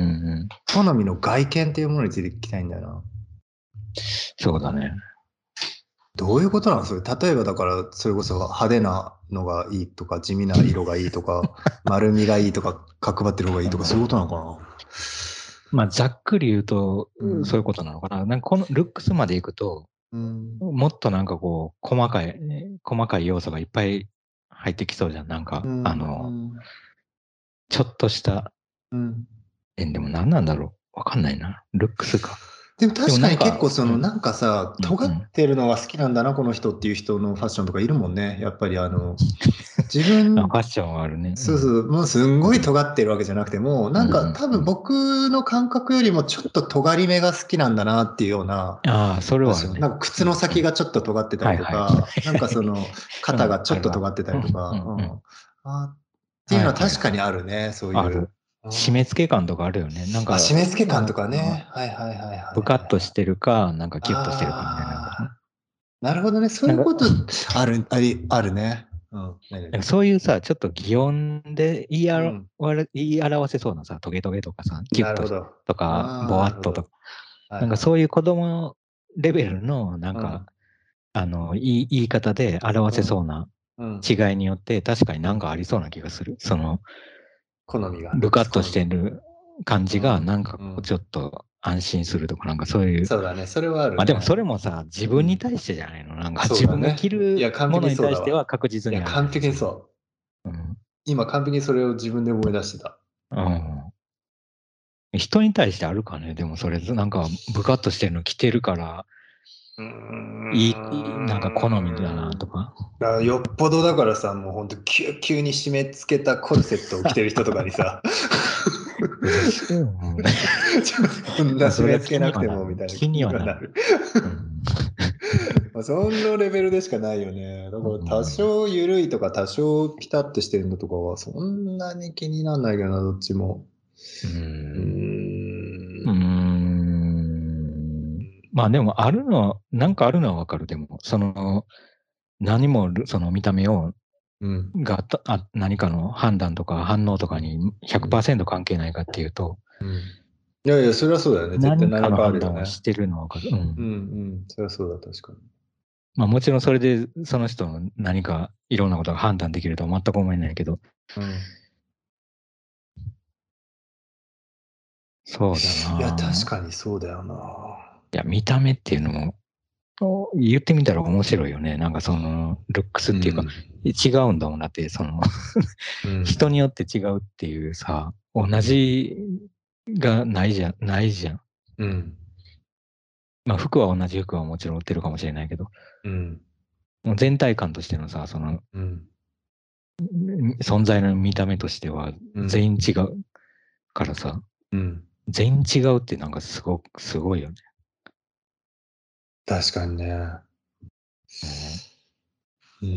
好みの外見っていうものについて聞きたいんだよな。 そうだね。 どういうことなんそれ？例えばだから、それこそ派手なのがいいとか、地味な色がいいとか、丸みがいいとか、角張ってる方がいいとか、そういうことなのかな？ まあ、ざっくり言うと、うん、そういうことなのかな。なんかこのルックスまでいくと、うん、もっとなんかこう、細かい、細かい要素がいっぱい入ってきそうじゃん。なんか、うん、あの、うん、ちょっとした、うん、え、でも何なんだろう。わかんないな。ルックスか。 でも確かに結構そのなんかさ、尖ってるのが好きなんだな、この人っていう人のファッションとかいるもんね。やっぱりあの、 自分、 ファッションはあるね。 そうそう、もうすんごい尖ってるわけじゃなくても、なんか多分僕の感覚よりもちょっと尖り目が好きなんだなっていうような、 ああ、それはあるね。 なんか靴の先がちょっと尖ってたりとか、なんかその肩がちょっと尖ってたりとか、あっていうのは確かにあるね、そういう。 締め付け感とかあるよね。なんか。 締め付け感とかね。はいはいはいはい。 ブカッとしてるか、なんかキュッとしてるかみたいな。 なるほどね。そういうことある、あり、あるね。 うん、そういうさ、ちょっと擬音で言いあら、うん、言い表せそうなさ、トゲトゲとかさ、キュッととか、ボワッととか、なんかそういう子供レベルの、なんか、うん、あの、言い言い方で表せそうな違いによって、確かになんかありそうな気がする。その、 好みが。 ブカッとしてる感じが、なんかこうちょっと安心するとか、なんかそういう。 そうだね、それはある、ね。 まあでもそれもさ、自分に対してじゃないの、なんか自分が着るものに対しては確実にある。 いや、完璧にそう。うん、今完璧にそれを自分で思い出してた。 うん。人に対してあるかね、でもそれ、なんかブカッとしてるの着てるから、いい、なんか好みだなとか。 よっぽどだからさ、もうほんと急急に締め付けたコルセットを着てる人とかにさ、こんな締め付けなくてもみたいな気にはなる。 そんなレベルでしかないよね。だから多少緩いとか多少ピタッとしてるのとかはそんなに気にならないけどな、どっちも。 うーん。うーん。まあでもあるのは、なんかあるのはわかる。でも、その、何もその見た目を、うん、があ何かの判断とか反応とかに ひゃくパーセント 関係ないかっていうと、 うん、いやいや、それはそうだよね。絶対何かの判断をしてるのはわかる。うん。 うんうん。それはそうだ、確かに。 まあもちろんそれでその人の何かいろんなことが判断できるとは全く思えないけど。うん。そうだな。 いや、確かにそうだよな。 いや、見た目っていうのも、言ってみたら面白いよね。なんかその、ルックスっていうか、うん、違うんだもんなって、その、人によって違うっていうさ、同じがないじゃん、ないじゃん。うん。まあ服は同じ服はもちろん売ってるかもしれないけど、うん。もう全体感としてのさ、その、うん、存在の見た目としては全員違うからさ、うん、全員違うってなんかすごく、すごいよね。 確かにね。うん。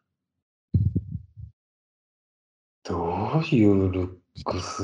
どういうルックス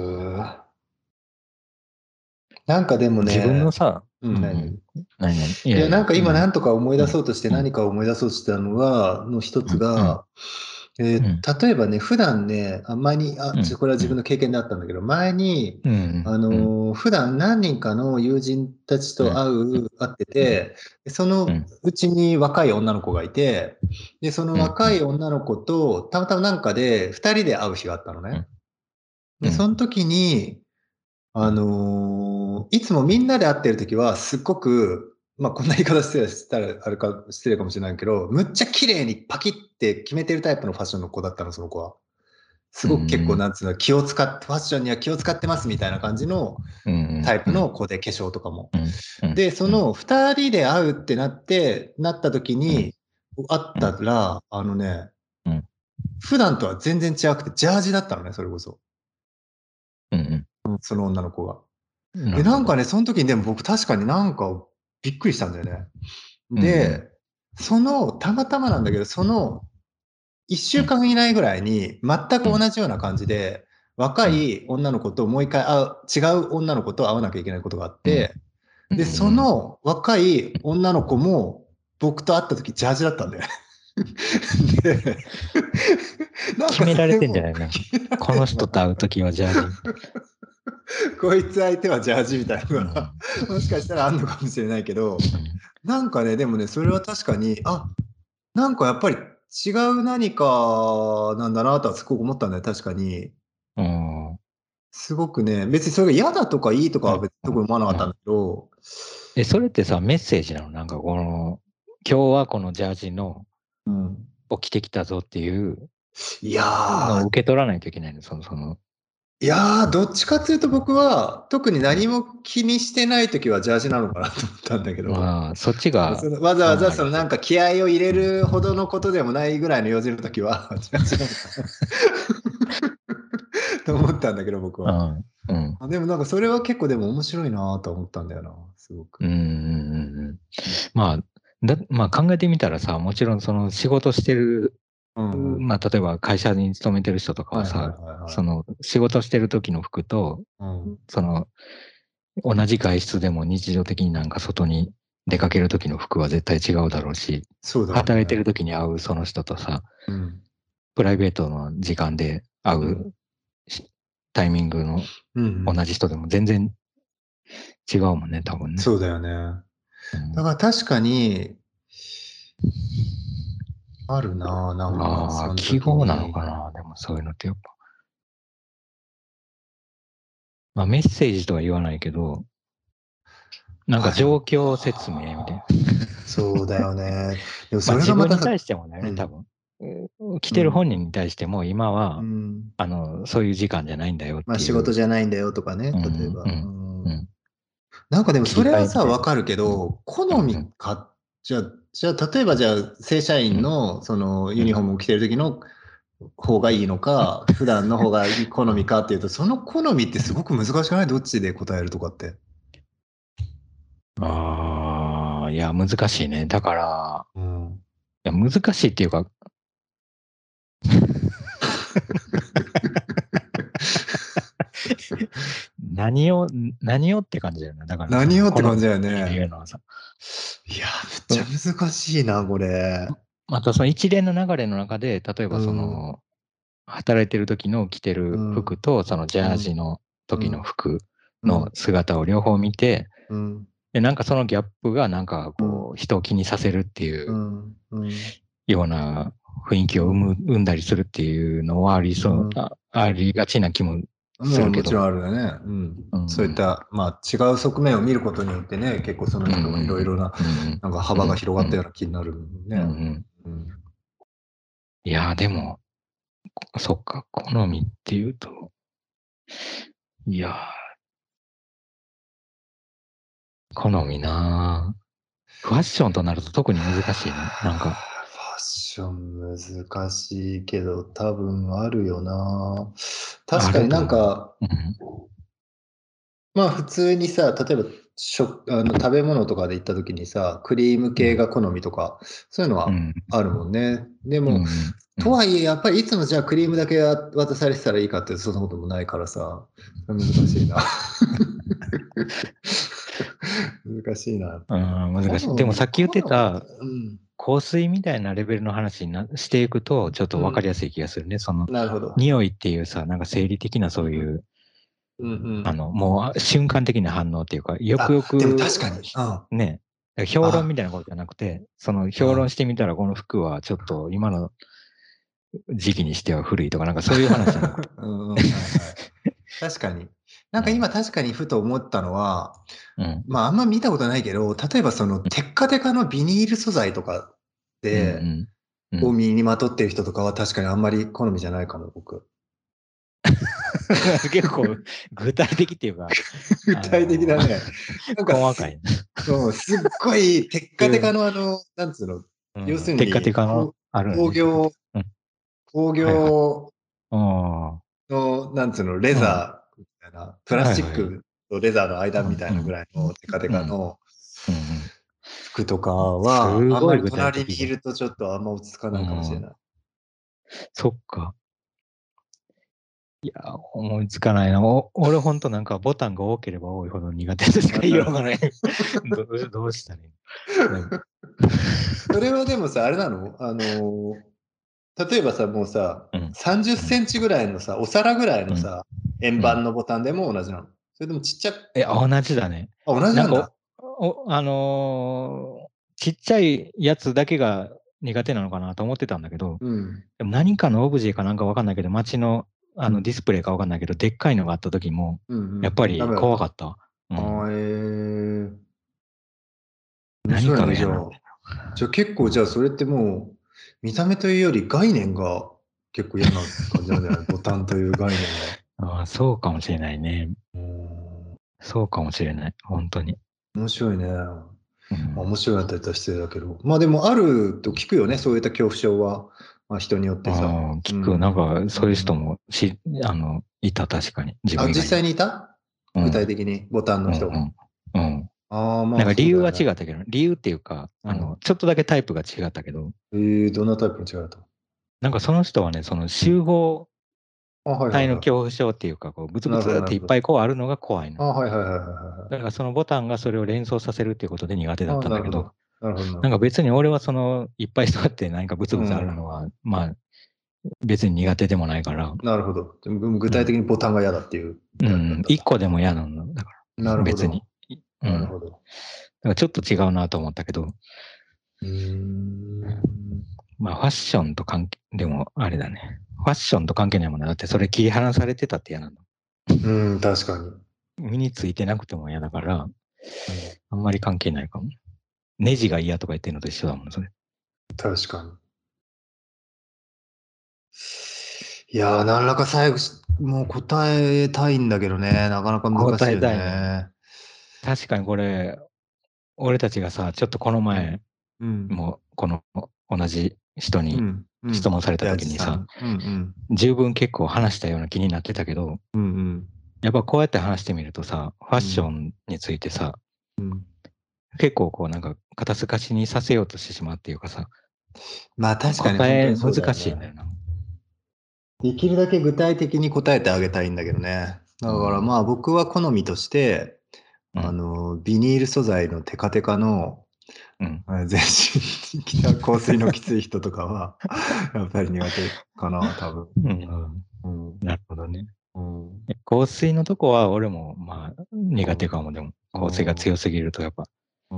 なんかでもね。 自分のさ、 うん、何何何いや、なんか今何とか思い出そうとして何か思い出そうとしたのは、の一つが、えー、例えばね、普段ね、前に、あ、これは自分の経験であったんだけど、前に、あのー、普段何人かの友人たちと会う、会ってて、そのうちに若い女の子がいて、で、その若い女の子と、たまたまなんかで二人で会う日があったのね。で、その時に、あのー、いつもみんなで会ってる時は、すっごく、まあ、こんな言い方したら、あれか、失礼かもしれないけど、むっちゃ綺麗にパキって決めてるタイプのファッションの子だったの、その子は。すごく結構、なんつうの、気を使って、ファッションには気を使ってますみたいな感じのタイプの子で、化粧とかも。で、その二人で会うってなって、なった時に、会ったら、あのね、普段とは全然違くて、ジャージだったのね、それこそ。その女の子が。で、なんかね、その時にでも僕確かになんかびっくりしたんだよね。で、その、たまたまなんだけど、そのいっしゅうかん以内ぐらいに全く同じような感じで、若い女の子ともう一回会う、違う女の子と会わなきゃいけないことがあって、で、その若い女の子も僕と会った時ジャージだったんだよね。 で決められてんじゃないのこの人と会う時はジャージ。 こいつ相手はジャージみたいなのが、うん、もしかしたらあんのかもしれないけど、なんかね、でもね、それは確かに、あ、なんかやっぱり違う何かなんだなとはすごく思ったんだよ、確かに。うん、すごくね、別にそれが嫌だとかいいとかは別に特に思わなかったんだけど。 え、それってさ、メッセージなのなんかこの、今日はこのジャージの、うん、を着てきたぞっていう、 いやー。 受け取らないといけないの、その、その。 いやー、どっちかっていうと僕は、特に何も気にしてないときはジャージなのかなと思ったんだけど、 ああ、そっちが、 そのわざわざそのあなんか気合を入れるほどのことでもないぐらいの用事のときは、ジャージなのかなと思ったんだけど、僕は。 うんうん、 あでもなんかそれは結構でも面白いなと思ったんだよな、すごく。 うんうんうん、まあだ、まあ考えてみたらさ、もちろんその仕事してる、 うんうん、 まあ例えば会社に勤めてる人とかははいはいさ、 はいはい。 その仕事してる時の服と、 うん、 その同じ外出でも日常的になんか外に出かける時の服は絶対違うだろうし、 そうだよ働いてるね。 時に会うその人とさ、 うん、 プライベートの時間で会うん、 うタイミングのうんうん、 同じ人でも全然違うもんね、多分ね。 そうだよね。 うん、 だから確かに、あるななんか、 ああ、 その記号なの時に。 かな、でもそういうのってやっぱ。まあメッセージとは言わないけど、なんかあ、でも、 状況説明みたいな。 そうだよね。でもまあそれがまたさ、 自分に対してもだよね、多うん、 分。うん来てるうん、 本人に対しても今うは、 ん。 あの、そういう時間じゃないんだよっまあていう、 仕事じゃないんだよとかね、 うん例えば。ううんうん。 ん、 なんかでも切りそれはさ、 替えみたいな。 わかるけうんど、好みうんうんか、じゃあ、じゃあ、例えばじゃあ、正社員うんのそのユうんニフォームを着てる時の方がいいのか、普段の方がいい好みかっていうと、その好みってすごく難しくない？どっちで答えるとかって。 ああ、いや、難しいね。だから、 うん。 いや、難しいっていうか、何を、何をって感じだよね。だからその、 何よって感じ好みってだよね。 いうのはさ、 いや、めっちゃうん難しいな、これ。 またその一連の流れの中で、例えばそうん、うん、 の、働いてる時の着てる服と、そのジャーうん、 ジの時のうん、 服のうん、 姿を両方見て、 うん、 で、なんかそのギャップがなんかうん、 こう、人を気にさせるっていううん、うん、 ような雰囲気を生む、生んだりするっていうのはありそう、 うん。 あ、ありがちな気もすまあるけど。 もちろんあるよね。うん。 うん。 そういった、まあ違う側面を見ることによってね、結構そのうんう人のいろいろな、 んなんかうんうん幅が広うんがったような気になるね。 うんうんうん。 うん。 いやーでも、そっか、好みっていうと、いやー、好みなー。ファッションとなると特に難しいね。なんか。 ファッション難しいけど、多分あるよな。確あかになると思う。 んか、 うん。 まあ普通にさ、例えば食、あの食べ物とかで行った時にさ、クリーム系が好みとか、そういうのはうん。 あるもんね。でも、 うん。うん。 とはいえ、やっぱりいつもじゃあクリームだけ渡されてたらいいかってそんなこともないからさ、難しいな。難しいな。 うん、難しい。でも好み、 さっき言って好みか。 たうん。 香水みたいなレベルの話になしていくと、ちょっとうん。 分かりやすい気がするね。その、 なるほど。 匂いっていうさ、なんか生理的なうんうん。 そういう、 うんうん。 あの、もう瞬間的な反応っていうか、よくよあ、でもく、 確かに。うん。あ、 ね、評論みたいなことじゃなくて、その評論してみたらこの服はちょっと今の時期にしては古いとか、なんかそういう話じゃなくて。 うんうん。はいはい。確かに。なんか今うん。 確かにふと思ったのは、 うん。 まああんま見たことないけど、例えばそのテッカテカのビニール素材とかうん。 で、 うん。うん。 を身にまとってる人とかは確かにあんまり好みじゃないかも、僕。 結構具体的っていうか、 具あ体的だのね。なんかす、 細かい。 うん、すっごいテッカテカのあの、なんつうの、 うん。 要するテッカテに、 カのこあるよね、テッカテ工業、 カ。うん。 工はいはい。 業あの、なんつうの、レあ。うん。 ザーみたいな、プラスはいはい。 チックとレザーの間うんみたいなぐらいのテカテうん。 カのうん。うん。 服とかすは、あんまりごい具体隣にい的で。 るとちょっとあんま落ち着かうないかもしれん。 ない。 そっか。いや、思いつかないな。お俺ほんとなんかボタンが多ければ多いほど苦手でしかあ、 言いなるほど。 ようがない。どうどうしたらいいのなんかそれはでもさ、あれなのあの、例えばさ、もうさ、 うん。 30セうん。 ンチぐらいのさ、お皿ぐらいうん。 のさ、円うん。 盤のボタンでも同じなの？それでもちっちゃく、 え、同じだね。 あ、同じなんか、 なんだ。 お、おあのーちっちゃいやつだけが苦手なのかなと思ってたんだけど、 うん。 でも何かのオブジェかなんかわかんないけど、街のあうん。 のディスプレイかわかんないけど、でっかいのがあった時も、 うんうん。 やっぱりダメだった。 怖かった。うん。 あー、えー、面何白いね、 かが嫌なんだじゃあ。じゃあ結構、じゃあそれってもう、見た目というより概念が結構嫌な感じなんじゃない？ボタンという概念が。 ああ、そうかもしれないね。そうかもしれない。本当に。 面白いね。 うん、 面白いなって言ったら失礼だけど。まあでもあると聞くよね、そういった恐怖症は。まあ人によってさ。 ああ、聞く。 うん。 なんか、そういう人うん、 もし、あの、いた、確かに。自あ、実分以外にも。 際にいたうん。 具体的にボタンのうん、 人が。 うん。うん。 ああ、まあなんか理由はそうだよね。 違ったけど、理由っていうか、 うん。 あの、ちょっとだけタイプが違ったけど、 えー、どんなタイプの違いだと。 なんかその人はね、その集合あ、はいはいはい。 体の恐怖症っていうか、こう、ブツブなるほど、なツっていっるほど。 ぱいこうあるのが怖いの。 あ、はいはいはいはいはだからそのボタンがそれを連想させるっていうことで苦手い。あ、 だったんだけど、 なるほど。なるほど、なるなんかほど。 別に俺はその、いっぱい人って何かブツブツあるうん。 のは、まあ、別に苦手でもないから、 なるほど。でも具うん。 体的にボタンが嫌だっていううん、 タイプだったんだ。 一個でも嫌なの。だから、 なるほど。 別に。うん。だなるほど。 からちょっと違うなと思ったけど、 うーん。 まあファッションと関係、でもあれだね。ファッションと関係ないもんね。だってそれ切り離されてたって嫌なの。 うん、確かに。 身についてなくても嫌だから、 うん、 あんまり関係ないかも。ネジが嫌とか言ってるのと一緒だもん、それ。 確かに。いやー、何らか最後し、もう答えたいんだけどね、なかなか難しいよ答えたいね。 ね。 確かにこれ、俺たちがさ、ちょっとこのうん。 前、 うん。 もうこの同じ人にうん。うん。 質問されたや時にさ、 じさん。うん。うん。 十分結構話したような気になってたけど、 うん。うん。 やっぱこうやって話してみるとさ、ファッうん。 ションについてさ、 うん。 結構こうなんか肩透かしにさせようとしてしまうっていうかさ、 まあ確かに答え本当にそうだ難よね。 しいんだよな。 できるだけ具体的に答えてあげたいんだけどね。だからうん。 まあ僕は好みとして、あうん。 の、ビニール素材のテカテカの、 うん。 あ全身に着た香水のきつい人とかは、やっぱり苦手かな、多分。 うん。 うん。 なるほどね。 うん。 香水のとこは俺もまあ苦手かも。でもう香水がん。 強すぎるとやっぱうん。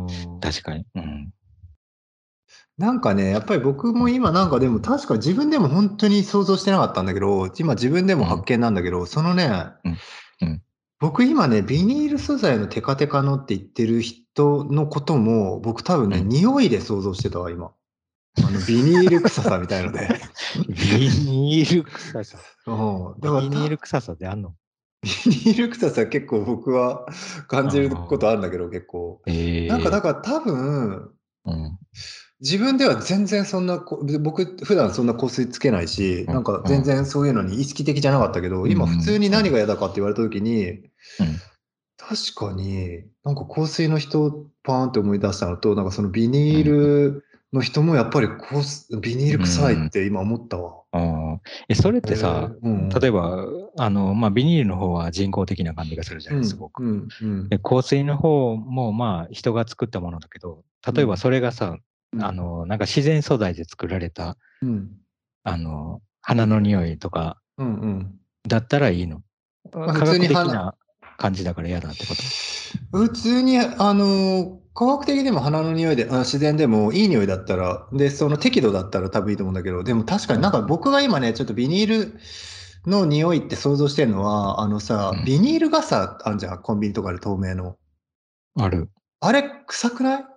確かに。うん。 なんかね、やっぱり僕も今なんかでも確か自分でも本当に想像してなかったんだけど、今自分でも発うん。 見なんだけど、そのね、 うん。うん。 僕今ね、ビニール素材のテカテカのって言ってる人のことも、僕多分ね、 うん。 匂いで想像してたわ、今。あの、ビニール臭さみたいので。 ビニール臭さ。 うん。だからビニールた、 臭さってあんの？ ビニール臭さ結構僕は感じるこああ。 とあるんだけど、結構。なんかええ。 だから多分、 うん。 自分では全然そんなこ、僕普段そんな香水つけないし、 うん。 なんかうん。 全然そういうのに意識的じゃなかったけど、 うん。 今普通にうん。 何が嫌だかって言われた時に、 うん。 確かに、なんか香水の人パーンって思い出したのと、なんかそのビニーうん。 ルの人もやっぱり香水ビニールう臭いっん。 て今思ったわ。 ああ。え、それっへえ、 てさ、 うんうん。 例えば、あの、まあ、ビニールの方は人工的な感じがするじゃない、すうん、 ごく。 うん、うで、 ん、 香水の方も、まあ、人が作ったものだけど、例えばうん、 それがさ、 うん、 あの、なんか自然素材で作られた、 うん、 あの、花の匂いとかうん、うん。 だったらいいの？ まあ、普科通に花、 学的な感じだから嫌だってこと？ 普通に、あの、科学的でも花の匂いで、あ、自然でもいい匂いだったら、で、その適度だったら多分いいと思うんだけど、でも確かになんか僕が今ね、ちょっとビニールの匂いって想像してるのは、あのさ、 うん。 ビニール傘あんじゃん、コンビニとかで透明の。 ある。 あれ、臭くない？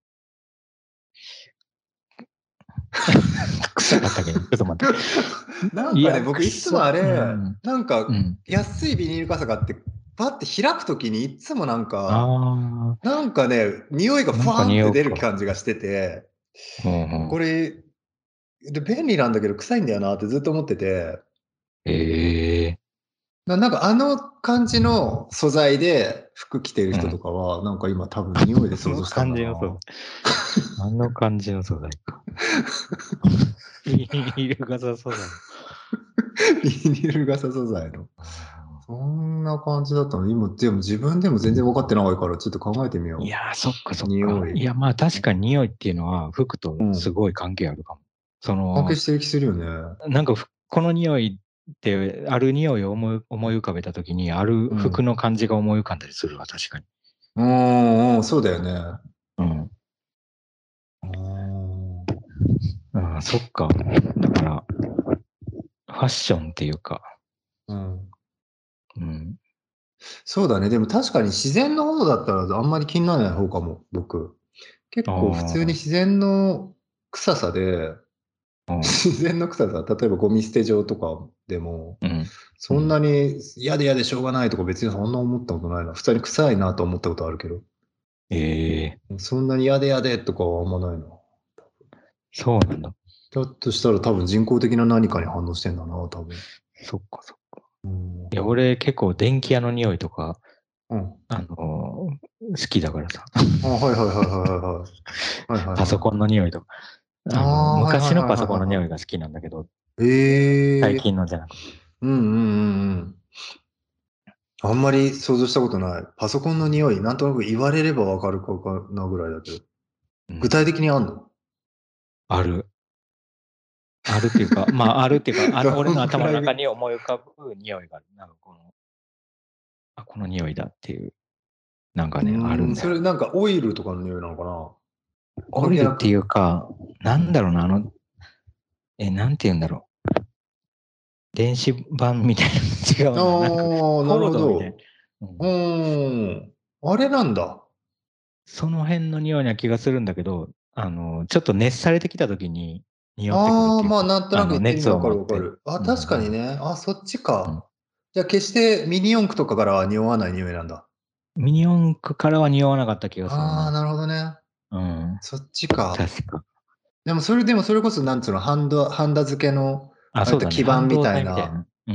臭かったけど、ちょっと待って。いや、 なんかね、僕いつも臭、 あれ、 うん。 なんかうん。 安いビニール傘買って、パッて開くときにいつもなんか、 あなんかね、匂いがあ、 ファなんかーンって出る匂うか。 感じがしてて、 うんうん。 これ、で、便利なんだけど臭いんだよなってずっと思ってて、 ええ。 ななんかあの感じの素材で服着てる人とうん。 かは、なんか今多分匂いであの想像したんだ感じの素材。 な。 あの感じの素材か。ビニール傘素材。 ビニール傘素材の。 あそんな感じだったの。今、でも自分でも全然分かってないから、ちょっと考えてみよーいやー、そっかう。 そっか。 匂い。 いや、まあ確かに匂いっていうのは服とすうん。 ごい関係あるかも。その、 関係してる気するよね。 なんかふこの匂いって、ある匂いを思い思い浮かべたときに、あるうん。 服の感じが思い浮かんだりするわ、確かに。 うーん、うん、そうだよね。 うん。 うーん。 ああ、そっか。だから、ファッションっていうか、 うん。 うん。 そうだね。でも確かに自然の方だったらあんまり気にならない方かも、僕。結構普通にあ自然の臭さで、 あ、うん。 自然の臭さ、例えばゴミ捨て場とかでも、 うん。 そんなに嫌で嫌でしょうがないとか別にそんな思ったことないな。普通に臭いなと思ったことあるけど。 ええそんなに嫌で嫌でとかはあんまないな。 そうなんだ。 だとしたら多分人工的な何かに反応してんだな、多分。 そっかそっか。 うん。 いや、俺結構電気屋の匂いとか、 うん。 あのー好きだからさ。 あ、はいはいはいはいはいはい。はいはいパソコンの匂いとか。あの、 ああー、はいはいはい昔のパソコンのはいは匂いが好きなんだけど、 い。え最え近のじゃなくて。 うんうんうんうん。あんまり想像したことない。パソコンの匂い、なんとなく言われればわかるかなぐらいだけど。具体うん。 的にあんのある。あるっていうか、まあ、あるっていうか、あの、俺のどんくらい頭の中に思い浮かぶ匂いがある。なんかこの、あ、この匂いだっていう、なんかうね、あるーん、 んだよ。 それなんかオイルとかの匂いなのかなオイルってい関係なく。 うか、なんだろうな、あの、え、なんて言うんだろう。電子版みたいなの違うな。なんか、 ああ、なコるほードみたいな。 ど。 ううん、 ーん。あれなんだ。 その辺の匂いな気がするんだけど、あの、ちょっと熱されてきた時に匂ってくるっああ、 ていうか、 まあなんとなくあの、熱言ってる意味わかを持って。 るわかる。あ、 うん確かにね。あ、そっちうん、 か。じゃあ決してミニ四駆とかからは匂わない匂いなんだ。 ミニ四駆からは匂わなかった気がするああ、 な。 なるほどね。 うん。 そっちか。 確か。 でもそれでもそれこそなんつうの、ハンダ、ハンダ付けの、 あ、 あれとそうだね。 基板み半導たいな。 体みたいな。うん。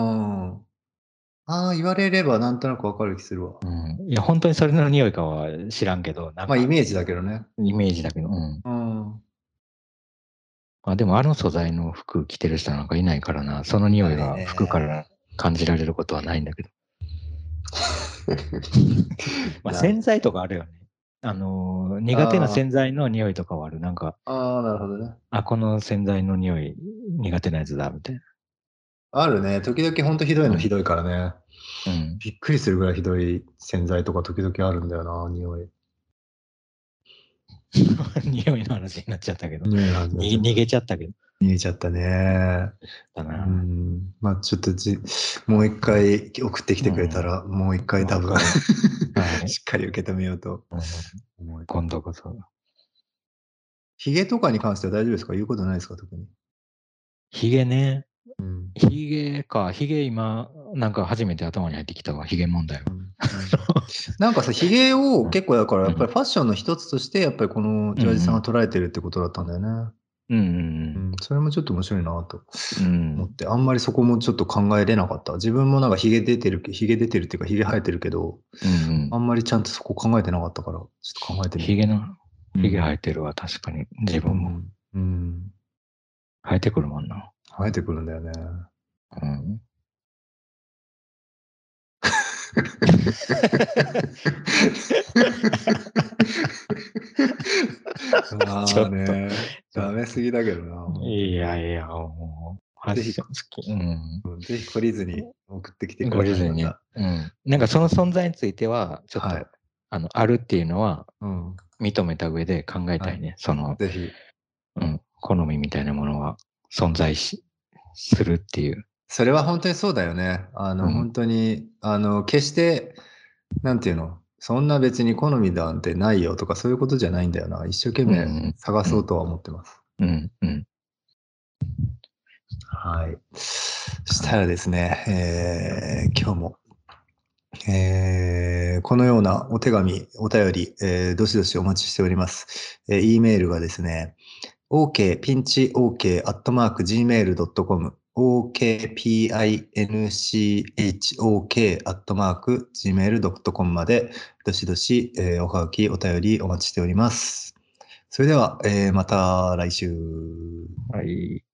ああ。ああ、言われればなんとなくわかる気するわ。 うん。いや、本当にそれの匂いかは知らんけど、なんか、 まあイメージだけどね。 イメージだけど、うん。 うん。 まあ、でも、あの素材の服着てる人なんかいないからな、その匂いないが服かね。 ら感じられることはないんだけど。まあ、 ない。 洗剤とかあるよね。あのー、苦手なあ洗剤の匂いとかはある。なんか、 あ、ああ、なるほどね。 あ、この洗剤の匂い苦手なやつだ、みたいあるね。時々ほんとひどいな。うん。 のひどいからね。 うん。 びっくりするぐらいひどい洗剤とか時々あるんだよな、匂い。 匂いの話になっちゃったけど、 匂いの話になっちゃった。 に逃げちゃったけど。 逃げちゃったね。 だうな。 ん。まあちょっとじ、もう一回送ってきてくれたら、もう一回多分わかる。はい。 しっかり受け止めようとうん、 思い。 今度こそ。 ヒゲとかに関しては大丈夫ですか？言うことないですか？特に。 ヒゲね。 うん。 ヒゲか。ヒゲ今、なんか初めて頭に入ってきたわ。ヒゲ問題は。 うんうんなんかさ、ヒゲをうん結構だからやっぱうんりファッションの一つとして、やっぱりこのジョージさんが捉えてるってことだったんだよね。 うんうんうん、それもちょっと面白いなとうんうん思って、あんまりそこもちょっと考えれなかった。自分もなんかヒゲ出てる、ヒゲ出てるっていうかヒゲ生えてるけど、 うんうんあんまりちゃんとそこ考えてなかったから、ちょっと考えてみよヒゲの、 う。 ヒゲ生えてるわ。確かに。自う分も。 ん。うん。 生えてくるもんな。 生えてくるんだよね。 うん。ちょまあっと、 ね、 ちょっダメすぎだけどな、 と。 本当に。 いやいや、もう、ファッぜひ、 ション好き。うん。 うんぜひ懲りずに送ってきてください、 ご自身に。 また。 うん。なんかその存在については、ちょっはい。 と、あの、あるっていうのはうん。 認めた上で考えたはい。 いね。その、 ぜひ。 うん、好みみたいなものは存在し、するっていう。 それは本当にそうだよね。あの、 うん。 本当に、あの、決して、なんていうの、そんな別に好みなんてないよとかそういうことじゃないんだよな。一生懸うん、う命ん、 探うん、 そうとは思ってます。 うん、うん。 はい。そしはい。 たらですね、えー今日も、えーこのようなお手紙、お便り、えーどしどしお待ちしております。えー、E メールがですね、OK、ピンチ OK、アットマーク、ジーメールドットコム、okpinchok、アットマーク、ジーメールドットコム まで、どしどし、えーおはがき、お便りお待ちしております。それでは、えーまた来週。 はい。